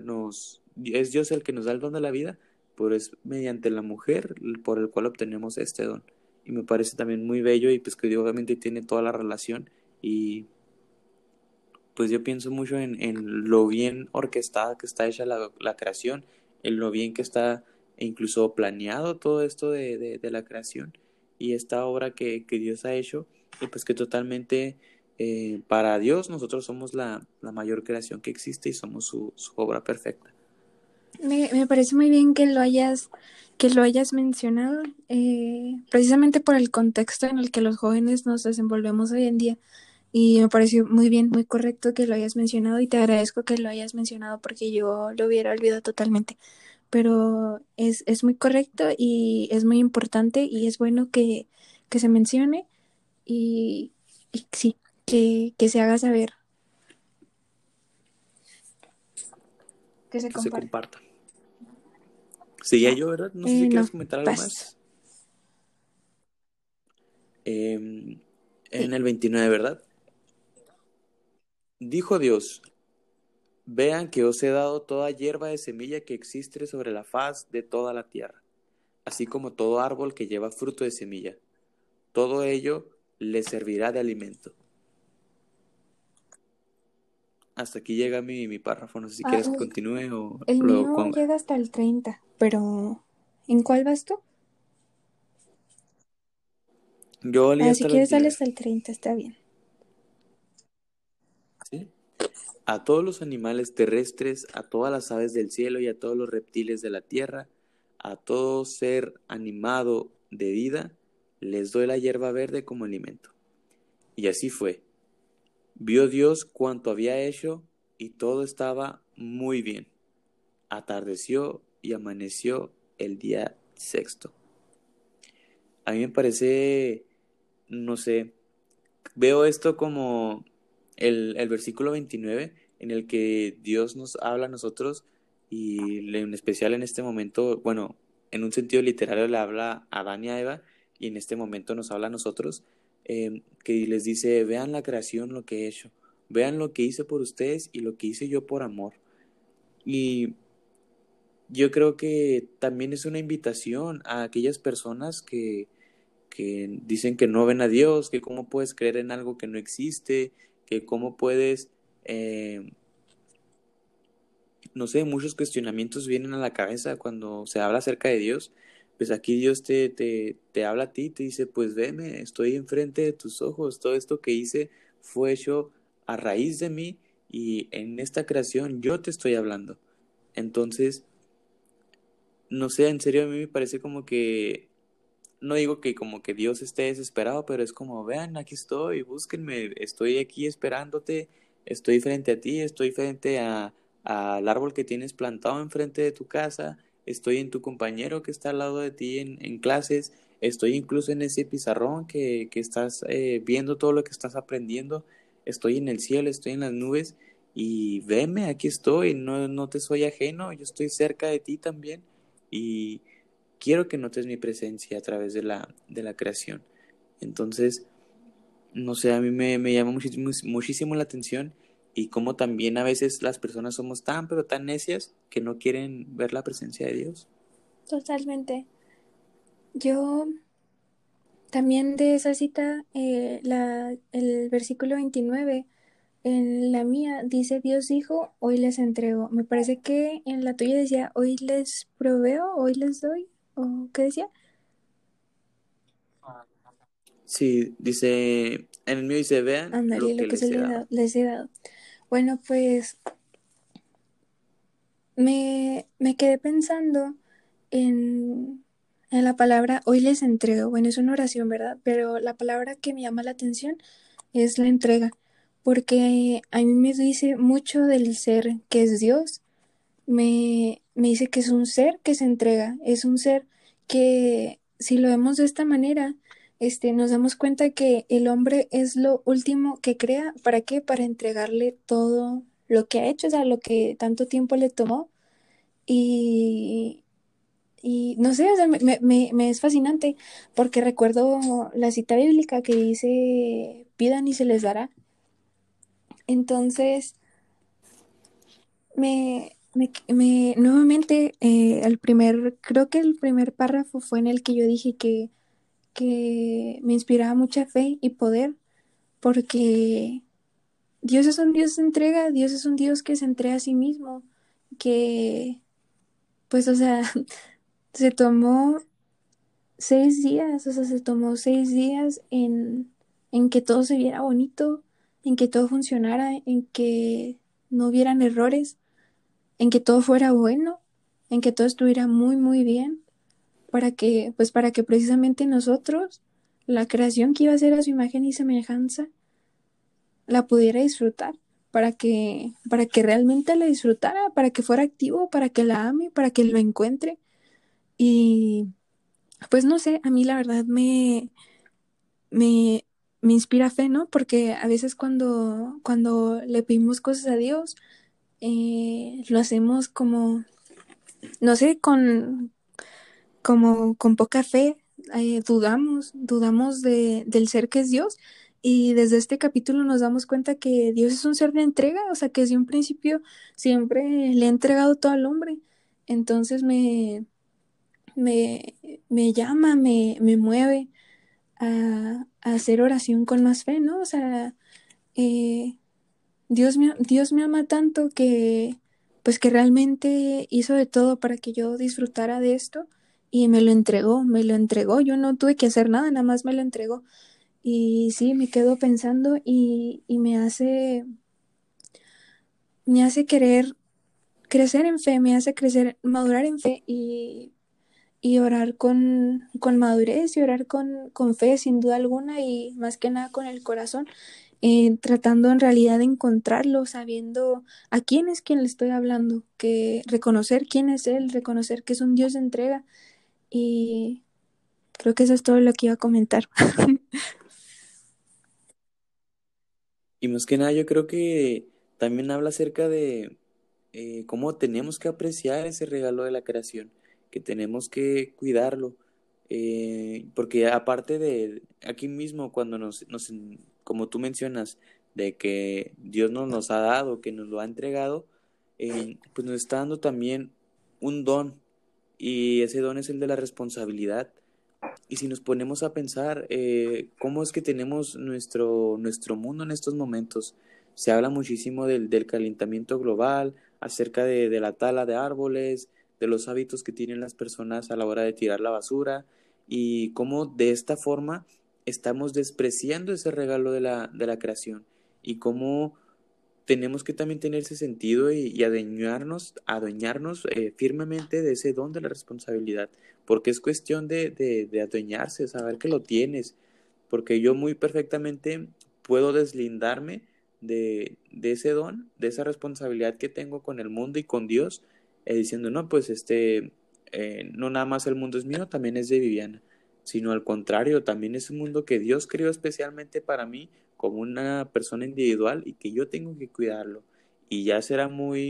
es Dios el que nos da el don de la vida, pero es mediante la mujer por el cual obtenemos este don. Y me parece también muy bello, y pues que Dios obviamente tiene toda la relación. Y pues yo pienso mucho en lo bien orquestada que está hecha la creación, en lo bien que está incluso planeado todo esto de la creación y esta obra que Dios ha hecho, y pues que totalmente para Dios nosotros somos la mayor creación que existe y somos su obra perfecta. Me parece muy bien que lo hayas mencionado, precisamente por el contexto en el que los jóvenes nos desenvolvemos hoy en día. Y me pareció muy bien, muy correcto que lo hayas mencionado y te agradezco que lo hayas mencionado porque yo lo hubiera olvidado totalmente. Pero es muy correcto y es muy importante y es bueno que se mencione y, y sí, que se haga saber, que se Que se comparta. comparta. Seguía yo, ¿verdad? No sé si quieres No, comentar algo vas. más. En el 29, ¿verdad? Dijo Dios: vean que os he dado toda hierba de semilla que existe sobre la faz de toda la tierra, así como todo árbol que lleva fruto de semilla. Todo ello les servirá de alimento. Hasta aquí llega mi párrafo. No sé si Ah, quieres que continúe o el lo mío ponga. llega hasta el 30 pero ¿en cuál vas tú? Yo leí Ah, si hasta el quieres dale 29. hasta el 30 está bien. ¿Sí? A todos los animales terrestres, a todas las aves del cielo y a todos los reptiles de la tierra, a todo ser animado de vida, les doy la hierba verde como alimento. Y así fue. Vio Dios cuanto había hecho, y todo estaba muy bien. Atardeció y amaneció el día sexto. A mí me parece, no sé, veo esto como el versículo 29 en el que Dios nos habla a nosotros, y en especial en este momento, bueno, en un sentido literario le habla a Adán y a Eva, y en este momento nos habla a nosotros, que les dice: vean la creación, lo que he hecho, vean lo que hice por ustedes y lo que hice yo por amor. Y yo creo que también es una invitación a aquellas personas que dicen que no ven a Dios, que cómo puedes creer en algo que no existe, que cómo puedes, no sé, muchos cuestionamientos vienen a la cabeza cuando se habla acerca de Dios. Pues aquí Dios te habla a ti, te dice: pues veme, estoy enfrente de tus ojos, todo esto que hice fue hecho a raíz de mí, y en esta creación yo te estoy hablando. Entonces, no sé, en serio a mí me parece como que, no digo que como que Dios esté desesperado, pero es como: vean, aquí estoy, búsquenme, estoy aquí esperándote, estoy frente a ti, estoy frente al árbol que tienes plantado enfrente de tu casa, estoy en tu compañero que está al lado de ti en clases, estoy incluso en ese pizarrón que estás viendo todo lo que estás aprendiendo, estoy en el cielo, estoy en las nubes y veme, aquí estoy, no, no te soy ajeno, yo estoy cerca de ti también y quiero que notes mi presencia a través de la creación. Entonces, no sé, a mí me llama muchísimo, muchísimo la atención y cómo también a veces las personas somos tan, pero tan necias que no quieren ver la presencia de Dios. Totalmente. Yo también de esa cita, el versículo 29 en la mía dice, Dios dijo, hoy les entrego. Me parece que en la tuya decía, hoy les proveo, hoy les doy. ¿O qué decía? Sí, dice, en el mío dice, vean lo Ándale, lo que que se les he dado. les he dado. Bueno, pues me quedé pensando en la palabra hoy les entrego. Bueno, es una oración, ¿verdad? Pero la palabra que me llama la atención es la entrega, porque a mí me dice mucho del ser que es Dios. Me dice que es un ser que se entrega, es un ser que si lo vemos de esta manera, nos damos cuenta que el hombre es lo último que crea. ¿Para qué? Para entregarle todo lo que ha hecho, o sea, lo que tanto tiempo le tomó. Y, y no sé, o sea, me es fascinante porque recuerdo la cita bíblica que dice, pidan y se les dará. Entonces, nuevamente, creo que el primer párrafo fue en el que yo dije que me inspiraba mucha fe y poder, porque Dios es un Dios de entrega, Dios es un Dios que se entrega a sí mismo, que, pues, o sea, se tomó 6 días, o sea, se tomó 6 días en que todo se viera bonito, en que todo funcionara, en que no hubieran errores, en que todo fuera bueno, en que todo estuviera muy, muy bien, para que precisamente nosotros, la creación que iba a ser a su imagen y semejanza, la pudiera disfrutar, para que realmente la disfrutara, para que fuera activo, para que la ame, para que lo encuentre. Y pues no sé, a mí la verdad me, me inspira fe, ¿no? Porque a veces cuando le pedimos cosas a Dios, lo hacemos como, no sé, como con poca fe, dudamos del ser que es Dios. Y desde este capítulo nos damos cuenta que Dios es un ser de entrega, o sea, que desde un principio siempre le ha entregado todo al hombre. Entonces me, me llama, me mueve a hacer oración con más fe, ¿no? O sea, eh, Dios me ama tanto que, pues que realmente hizo de todo para que yo disfrutara de esto y me lo entregó, yo no tuve que hacer nada, nada más me lo entregó. Y sí, me quedo pensando y me hace querer crecer en fe, me hace crecer, madurar en fe y orar con madurez y orar con fe, sin duda alguna, y más que nada con el corazón, tratando en realidad de encontrarlo, sabiendo a quién es quien le estoy hablando, que reconocer quién es Él, reconocer que es un Dios de entrega, y creo que eso es todo lo que iba a comentar. Y más que nada yo creo que también habla acerca de cómo tenemos que apreciar ese regalo de la creación, que tenemos que cuidarlo, porque aparte de aquí mismo cuando como tú mencionas, de que Dios nos ha dado, que nos lo ha entregado, pues nos está dando también un don, y ese don es el de la responsabilidad. Y si nos ponemos a pensar cómo es que tenemos nuestro mundo en estos momentos, se habla muchísimo del calentamiento global, acerca de la tala de árboles, de los hábitos que tienen las personas a la hora de tirar la basura y cómo de esta forma estamos despreciando ese regalo de la creación y cómo tenemos que también tener ese sentido y adueñarnos firmemente de ese don de la responsabilidad, porque es cuestión de adueñarse, saber que lo tienes, porque yo muy perfectamente puedo deslindarme de ese don, de esa responsabilidad que tengo con el mundo y con Dios, diciendo, no, pues no nada más el mundo es mío, también es de Viviana. sino al contrario, también es un mundo que Dios creó especialmente para mí como una persona individual y que yo tengo que cuidarlo. Y ya será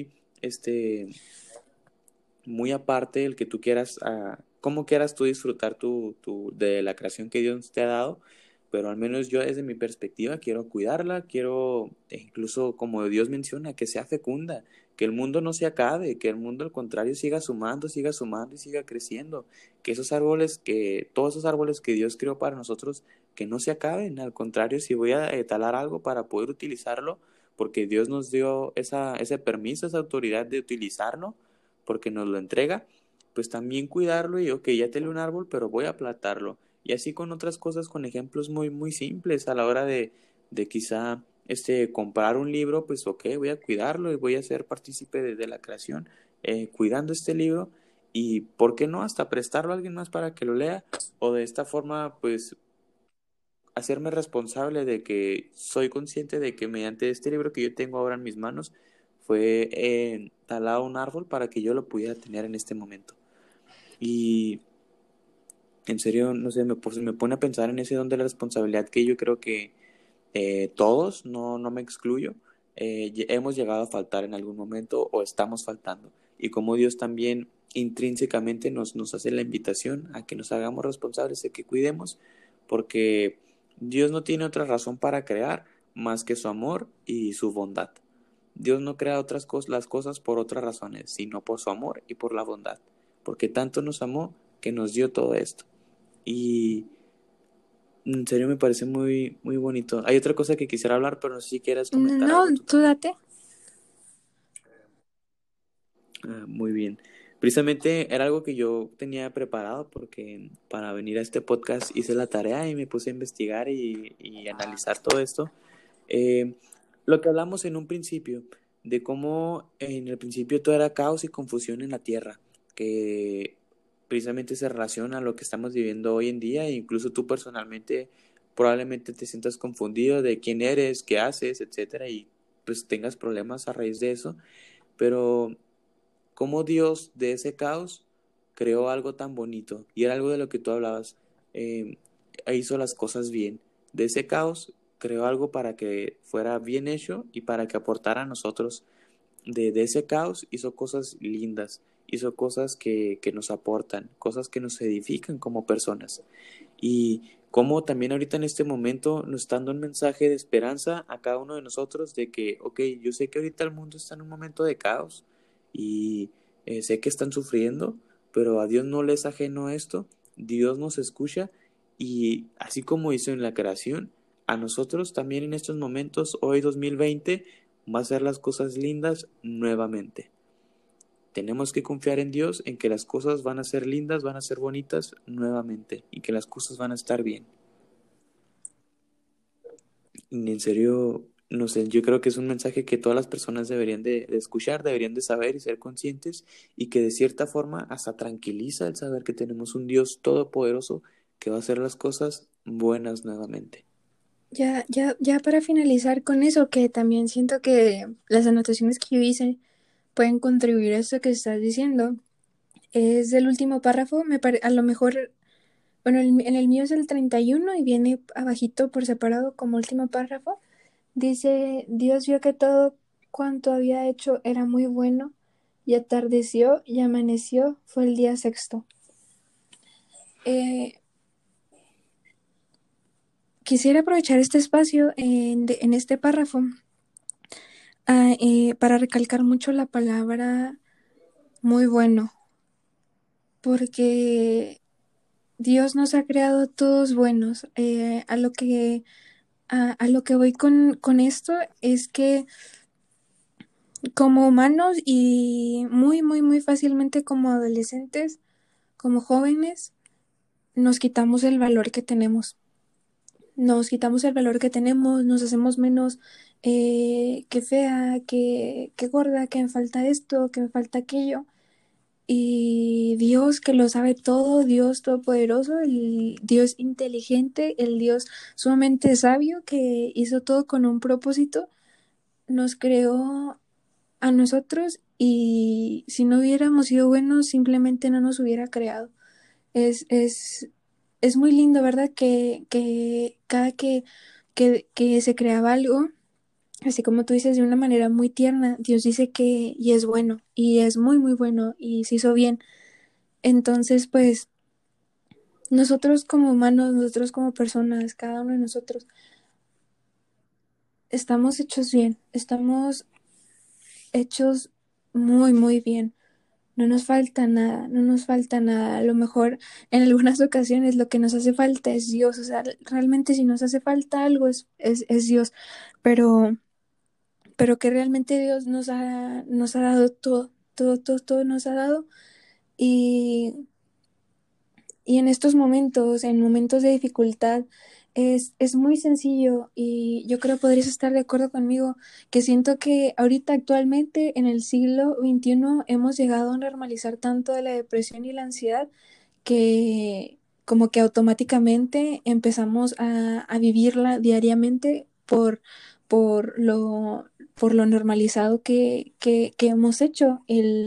muy aparte el que tú quieras, cómo quieras tú disfrutar de la creación que Dios te ha dado, pero al menos yo desde mi perspectiva quiero cuidarla, quiero incluso como Dios menciona, que sea fecunda, que el mundo no se acabe, que el mundo al contrario siga sumando y siga creciendo, que todos esos árboles que Dios creó para nosotros, que no se acaben, al contrario, si voy a talar algo para poder utilizarlo, porque Dios nos dio ese permiso, esa autoridad de utilizarlo, porque nos lo entrega, pues también cuidarlo y, ok, ya tengo un árbol, pero voy a plantarlo. Y así con otras cosas, con ejemplos muy, muy simples a la hora de quizá comprar un libro, pues ok, voy a cuidarlo y voy a ser partícipe de la creación, cuidando este libro y, ¿por qué no? Hasta prestarlo a alguien más para que lo lea o de esta forma, pues hacerme responsable de que soy consciente de que mediante este libro que yo tengo ahora en mis manos fue talado un árbol para que yo lo pudiera tener en este momento. Y en serio, no sé, me pone a pensar en ese don de la responsabilidad que yo creo que todos, no me excluyo, hemos llegado a faltar en algún momento o estamos faltando. Y como Dios también intrínsecamente nos hace la invitación a que nos hagamos responsables de que cuidemos, porque Dios no tiene otra razón para crear más que su amor y su bondad. Dios no crea las cosas por otras razones, sino por su amor y por la bondad, porque tanto nos amó que nos dio todo esto. Y en serio me parece muy, muy bonito. Hay otra cosa que quisiera hablar, pero no sé si quieras comentar No, algo tú tú también. date. Muy bien. Precisamente era algo que yo tenía preparado porque para venir a este podcast hice la tarea y me puse a investigar y analizar todo esto. Eh, lo que hablamos en un principio, de cómo en el principio todo era caos y confusión en la tierra, que precisamente se relaciona a lo que estamos viviendo hoy en día, e incluso tú personalmente probablemente te sientas confundido de quién eres, qué haces, etcétera, y pues tengas problemas a raíz de eso, pero cómo Dios de ese caos creó algo tan bonito, y era algo de lo que tú hablabas, eh, hizo las cosas bien. De ese caos creó algo para que fuera bien hecho y para que aportara a nosotros. De ese caos hizo cosas lindas, hizo cosas que nos aportan, cosas que nos edifican como personas. Y como también ahorita en este momento nos está dando un mensaje de esperanza a cada uno de nosotros de que, ok, yo sé que ahorita el mundo está en un momento de caos y sé que están sufriendo, pero a Dios no le es ajeno esto, Dios nos escucha y así como hizo en la creación, a nosotros también en estos momentos, hoy 2020, va a hacer las cosas lindas nuevamente. Tenemos que confiar en Dios, en que las cosas van a ser lindas, van a ser bonitas nuevamente y que las cosas van a estar bien. Y en serio, no sé, yo creo que es un mensaje que todas las personas deberían de escuchar, deberían de saber y ser conscientes y que de cierta forma hasta tranquiliza el saber que tenemos un Dios todopoderoso que va a hacer las cosas buenas nuevamente. Ya para finalizar con eso, que también siento que las anotaciones que yo hice pueden contribuir a esto que estás diciendo. Es el último párrafo, a lo mejor, bueno, en el mío es el 31 y viene abajito por separado como último párrafo. Dice, Dios vio que todo cuanto había hecho era muy bueno y atardeció y amaneció, fue el día sexto. Eh, Quisiera aprovechar este espacio en este párrafo para recalcar mucho la palabra muy bueno, porque Dios nos ha creado todos buenos. A lo que voy con esto es que como humanos y muy fácilmente como adolescentes, como jóvenes, nos quitamos el valor que tenemos. Nos quitamos el valor que tenemos, nos hacemos menos que fea, que gorda, que me falta esto, que me falta aquello. Y Dios que lo sabe todo, Dios todopoderoso, el Dios inteligente, el Dios sumamente sabio que hizo todo con un propósito, nos creó a nosotros y si no hubiéramos sido buenos, simplemente no nos hubiera creado. Es, es, es muy lindo, ¿verdad? Que cada que se creaba algo, así como tú dices, de una manera muy tierna, Dios dice que y es bueno, y es muy, muy bueno, y se hizo bien. Entonces, pues nosotros como humanos, nosotros como personas, cada uno de nosotros, estamos hechos bien, estamos hechos muy, muy bien. No nos falta nada, no nos falta nada. A lo mejor en algunas ocasiones lo que nos hace falta es Dios. O sea, realmente si nos hace falta algo es Dios. Pero, pero que realmente Dios nos ha dado todo, todo, todo, todo nos ha dado. Y Y en estos momentos, en momentos de dificultad, es muy sencillo y yo creo podrías estar de acuerdo conmigo que siento que ahorita actualmente en el siglo XXI hemos llegado a normalizar tanto de la depresión y la ansiedad que como que automáticamente empezamos a vivirla diariamente por lo normalizado que hemos hecho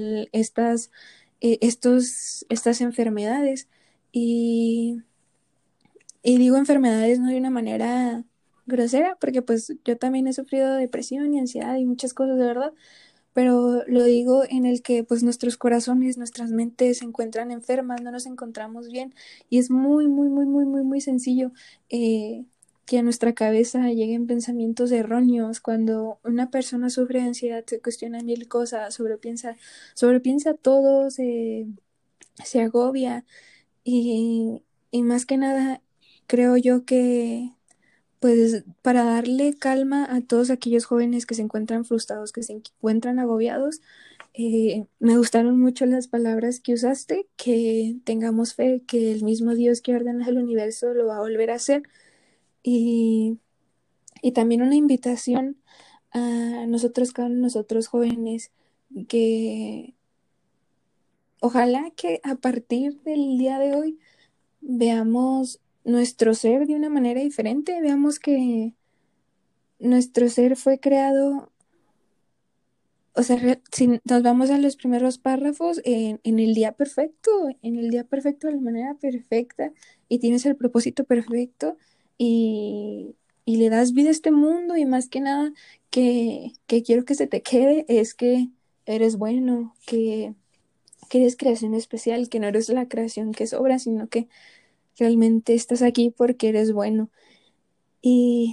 estas enfermedades. Y, y digo enfermedades no de una manera grosera, porque pues yo también he sufrido depresión y ansiedad y muchas cosas de verdad, pero lo digo en el que pues nuestros corazones, nuestras mentes se encuentran enfermas, no nos encontramos bien y es muy, muy, muy, muy, muy, muy sencillo que a nuestra cabeza lleguen pensamientos erróneos. Cuando una persona sufre de ansiedad se cuestiona mil cosas, sobrepiensa todo, se agobia y más que nada, creo yo que, pues, para darle calma a todos aquellos jóvenes que se encuentran frustrados, que se encuentran agobiados, me gustaron mucho las palabras que usaste, que tengamos fe, que el mismo Dios que ordena el universo lo va a volver a hacer. Y, y también una invitación a nosotros, cada uno de nosotros jóvenes, que ojalá que a partir del día de hoy veamos nuestro ser de una manera diferente, veamos que nuestro ser fue creado, o sea, si nos vamos a los primeros párrafos, en en el día perfecto, de la manera perfecta, y tienes el propósito perfecto, y le das vida a este mundo, y más que nada, que quiero que se te quede, es que eres bueno, que eres creación especial, que no eres la creación que sobra, sino que realmente estás aquí porque eres bueno. Y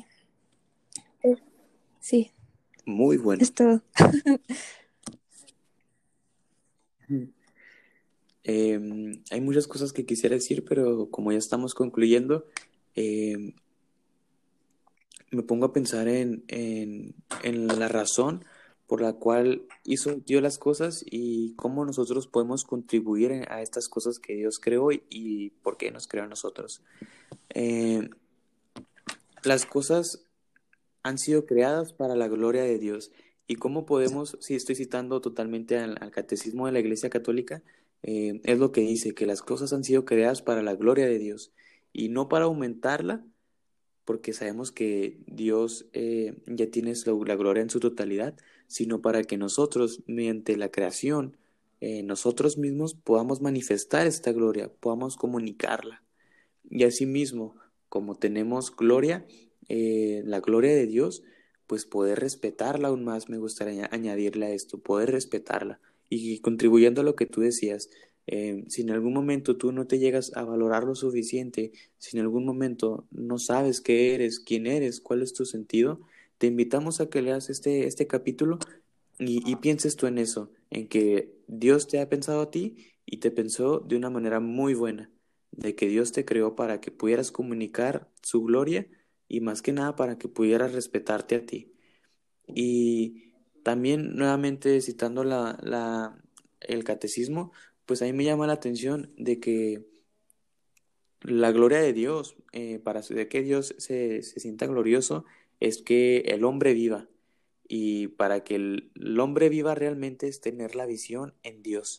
sí, Muy bueno. es todo. Hay muchas cosas que quisiera decir, pero como ya estamos concluyendo, eh, me pongo a pensar en la razón por la cual hizo Dios las cosas y cómo nosotros podemos contribuir a estas cosas que Dios creó y por qué nos creó a nosotros. Eh, las cosas han sido creadas para la gloria de Dios. ¿Y cómo podemos, si estoy citando totalmente al Catecismo de la Iglesia Católica, es lo que dice, que las cosas han sido creadas para la gloria de Dios y no para aumentarla, porque sabemos que Dios ya tiene la gloria en su totalidad, sino para que nosotros, mediante la creación, nosotros mismos podamos manifestar esta gloria, podamos comunicarla. Y asimismo, como tenemos gloria, la gloria de Dios, pues poder respetarla aún más, me gustaría añadirle a esto, poder respetarla. Y contribuyendo a lo que tú decías, si en algún momento tú no te llegas a valorar lo suficiente, si en algún momento no sabes qué eres, quién eres, cuál es tu sentido, te invitamos a que leas este capítulo y pienses tú en eso, en que Dios te ha pensado a ti y te pensó de una manera muy buena, de que Dios te creó para que pudieras comunicar su gloria y más que nada para que pudieras respetarte a ti. Y también nuevamente citando el catecismo, pues a mí me llama la atención de que la gloria de Dios, para de que Dios se sienta glorioso, es que el hombre viva. Y para que el hombre viva realmente es tener la visión en Dios.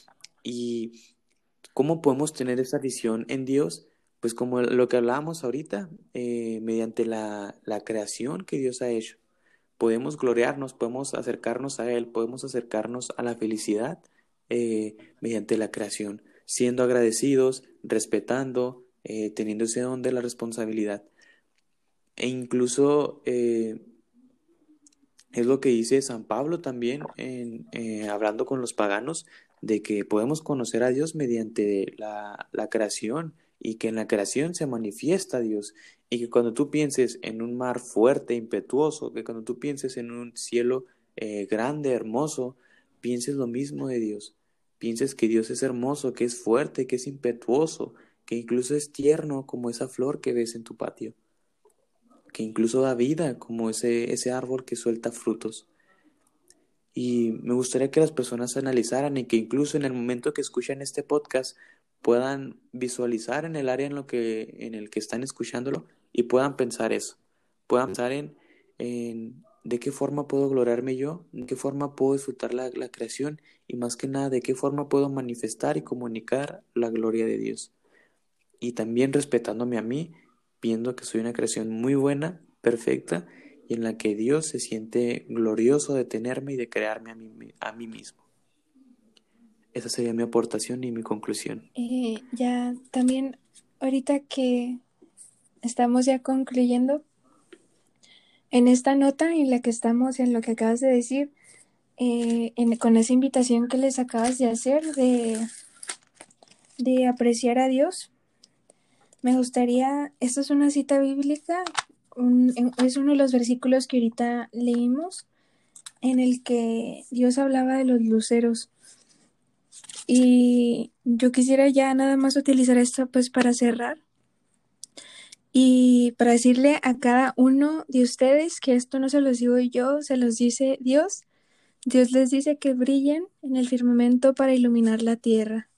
¿Y cómo podemos tener esa visión en Dios? Pues como lo que hablábamos ahorita, mediante la creación que Dios ha hecho. Podemos gloriarnos, podemos acercarnos a Él, podemos acercarnos a la felicidad mediante la creación, siendo agradecidos, respetando, teniendo ese don de la responsabilidad. E incluso es lo que dice San Pablo también, hablando con los paganos, de que podemos conocer a Dios mediante la creación y que en la creación se manifiesta Dios. Y que cuando tú pienses en un mar fuerte, impetuoso, que cuando tú pienses en un cielo grande, hermoso, pienses lo mismo de Dios. Pienses que Dios es hermoso, que es fuerte, que es impetuoso, que incluso es tierno como esa flor que ves en tu patio, que incluso da vida como ese árbol que suelta frutos. Y me gustaría que las personas analizaran y que incluso en el momento que escuchan este podcast puedan visualizar en el área en el que están escuchándolo y puedan pensar eso. Puedan pensar en de qué forma puedo gloriarme yo, de qué forma puedo disfrutar la creación y más que nada de qué forma puedo manifestar y comunicar la gloria de Dios. Y también respetándome a mí, viendo que soy una creación muy buena, perfecta, y en la que Dios se siente glorioso de tenerme y de crearme a mí mismo. Esa sería mi aportación y mi conclusión. Ya también, ahorita que estamos ya concluyendo, en esta nota en la que estamos, en lo que acabas de decir, con esa invitación que les acabas de hacer de apreciar a Dios, me gustaría, esto es una cita bíblica, es uno de los versículos que ahorita leímos, en el que Dios hablaba de los luceros. Y yo quisiera ya nada más utilizar esto pues para cerrar y para decirle a cada uno de ustedes que esto no se los digo yo, se los dice Dios. Dios les dice que brillen en el firmamento para iluminar la tierra.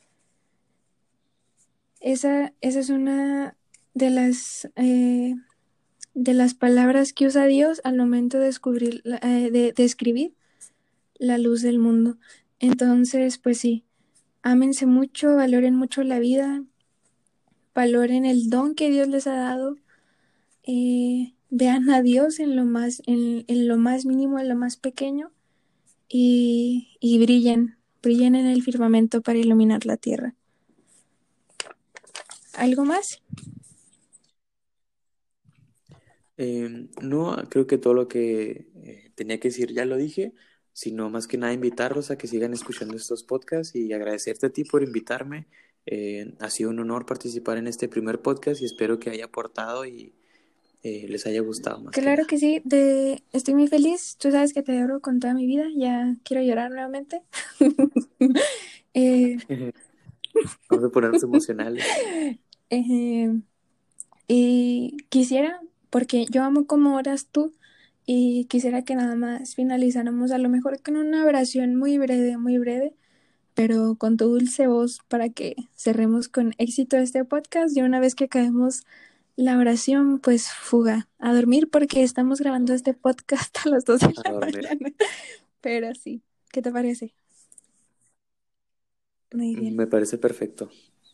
Esa es una de las palabras que usa Dios al momento de, de escribir la luz del mundo. Entonces, pues sí, ámense mucho, valoren mucho la vida, valoren el don que Dios les ha dado, vean a Dios en lo más mínimo, en lo más pequeño, y brillen en el firmamento para iluminar la tierra. ¿Algo más? No, creo que todo lo que tenía que decir ya lo dije, sino más que nada invitarlos a que sigan escuchando estos podcasts y agradecerte a ti por invitarme. Ha sido un honor participar en este primer podcast y espero que haya aportado y les haya gustado más que Claro nada. que sí, estoy muy feliz. Tú sabes que te adoro con toda mi vida. Ya quiero llorar nuevamente. Eh, Vamos a ponernos emocionales. eh, y quisiera, porque yo amo como oras tú, y quisiera que nada más finalizáramos a lo mejor con una oración muy breve, pero con tu dulce voz para que cerremos con éxito este podcast y una vez que acabemos la oración, pues fuga a dormir porque estamos grabando este podcast a las 2 de A la dormir. mañana. Pero sí, ¿qué te parece? Muy bien. Me parece perfecto.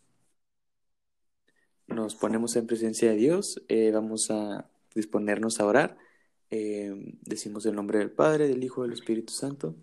Nos ponemos en presencia de Dios, vamos a disponernos a orar. Decimos el nombre del Padre, del Hijo, del Espíritu Santo.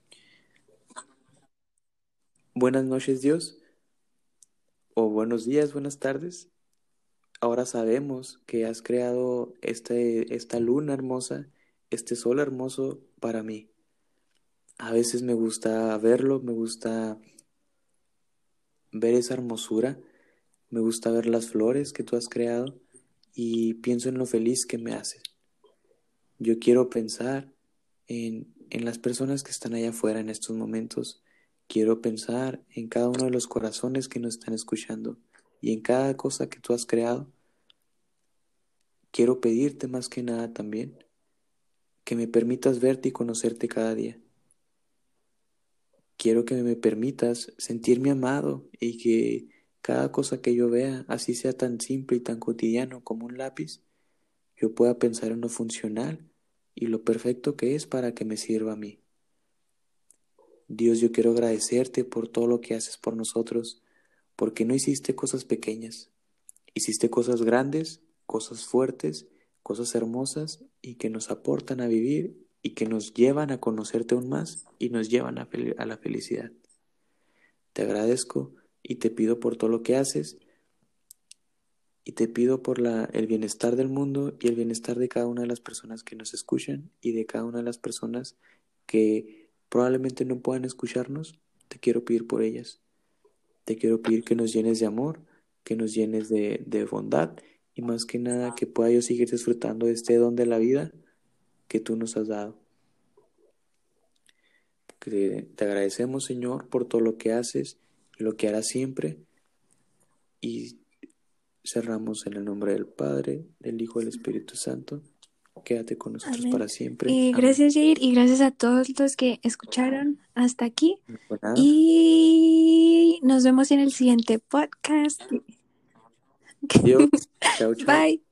Buenas noches, Dios, o buenos días, buenas tardes. Ahora sabemos que has creado esta luna hermosa, este sol hermoso para mí. A veces me gusta verlo, me gusta ver esa hermosura, me gusta ver las flores que tú has creado y pienso en lo feliz que me haces. Yo quiero pensar en las personas que están allá afuera en estos momentos. Quiero pensar en cada uno de los corazones que nos están escuchando y en cada cosa que tú has creado. Quiero pedirte más que nada también que me permitas verte y conocerte cada día. Quiero que me permitas sentirme amado y que cada cosa que yo vea, así sea tan simple y tan cotidiano como un lápiz, yo pueda pensar en lo funcional y lo perfecto que es para que me sirva a mí. Dios, yo quiero agradecerte por todo lo que haces por nosotros, porque no hiciste cosas pequeñas, hiciste cosas grandes, cosas fuertes, cosas hermosas y que nos aportan a vivir y que nos llevan a conocerte aún más y nos llevan a la felicidad. Te agradezco y te pido por todo lo que haces y te pido por el bienestar del mundo y el bienestar de cada una de las personas que nos escuchan y de cada una de las personas que probablemente no puedan escucharnos. Te quiero pedir por ellas. Te quiero pedir que nos llenes de amor, que nos llenes de bondad y más que nada que pueda yo seguir disfrutando de este don de la vida que tú nos has dado. Que te agradecemos, Señor, por todo lo que haces y lo que harás siempre. Y cerramos en el nombre del Padre, del Hijo y del Espíritu Santo. Quédate con nosotros Amén. para siempre. Y Amén. gracias, Jair, y gracias a todos los que escucharon hasta aquí. No fue nada. Y nos vemos en el siguiente podcast. Adiós. Chao, chao. Bye.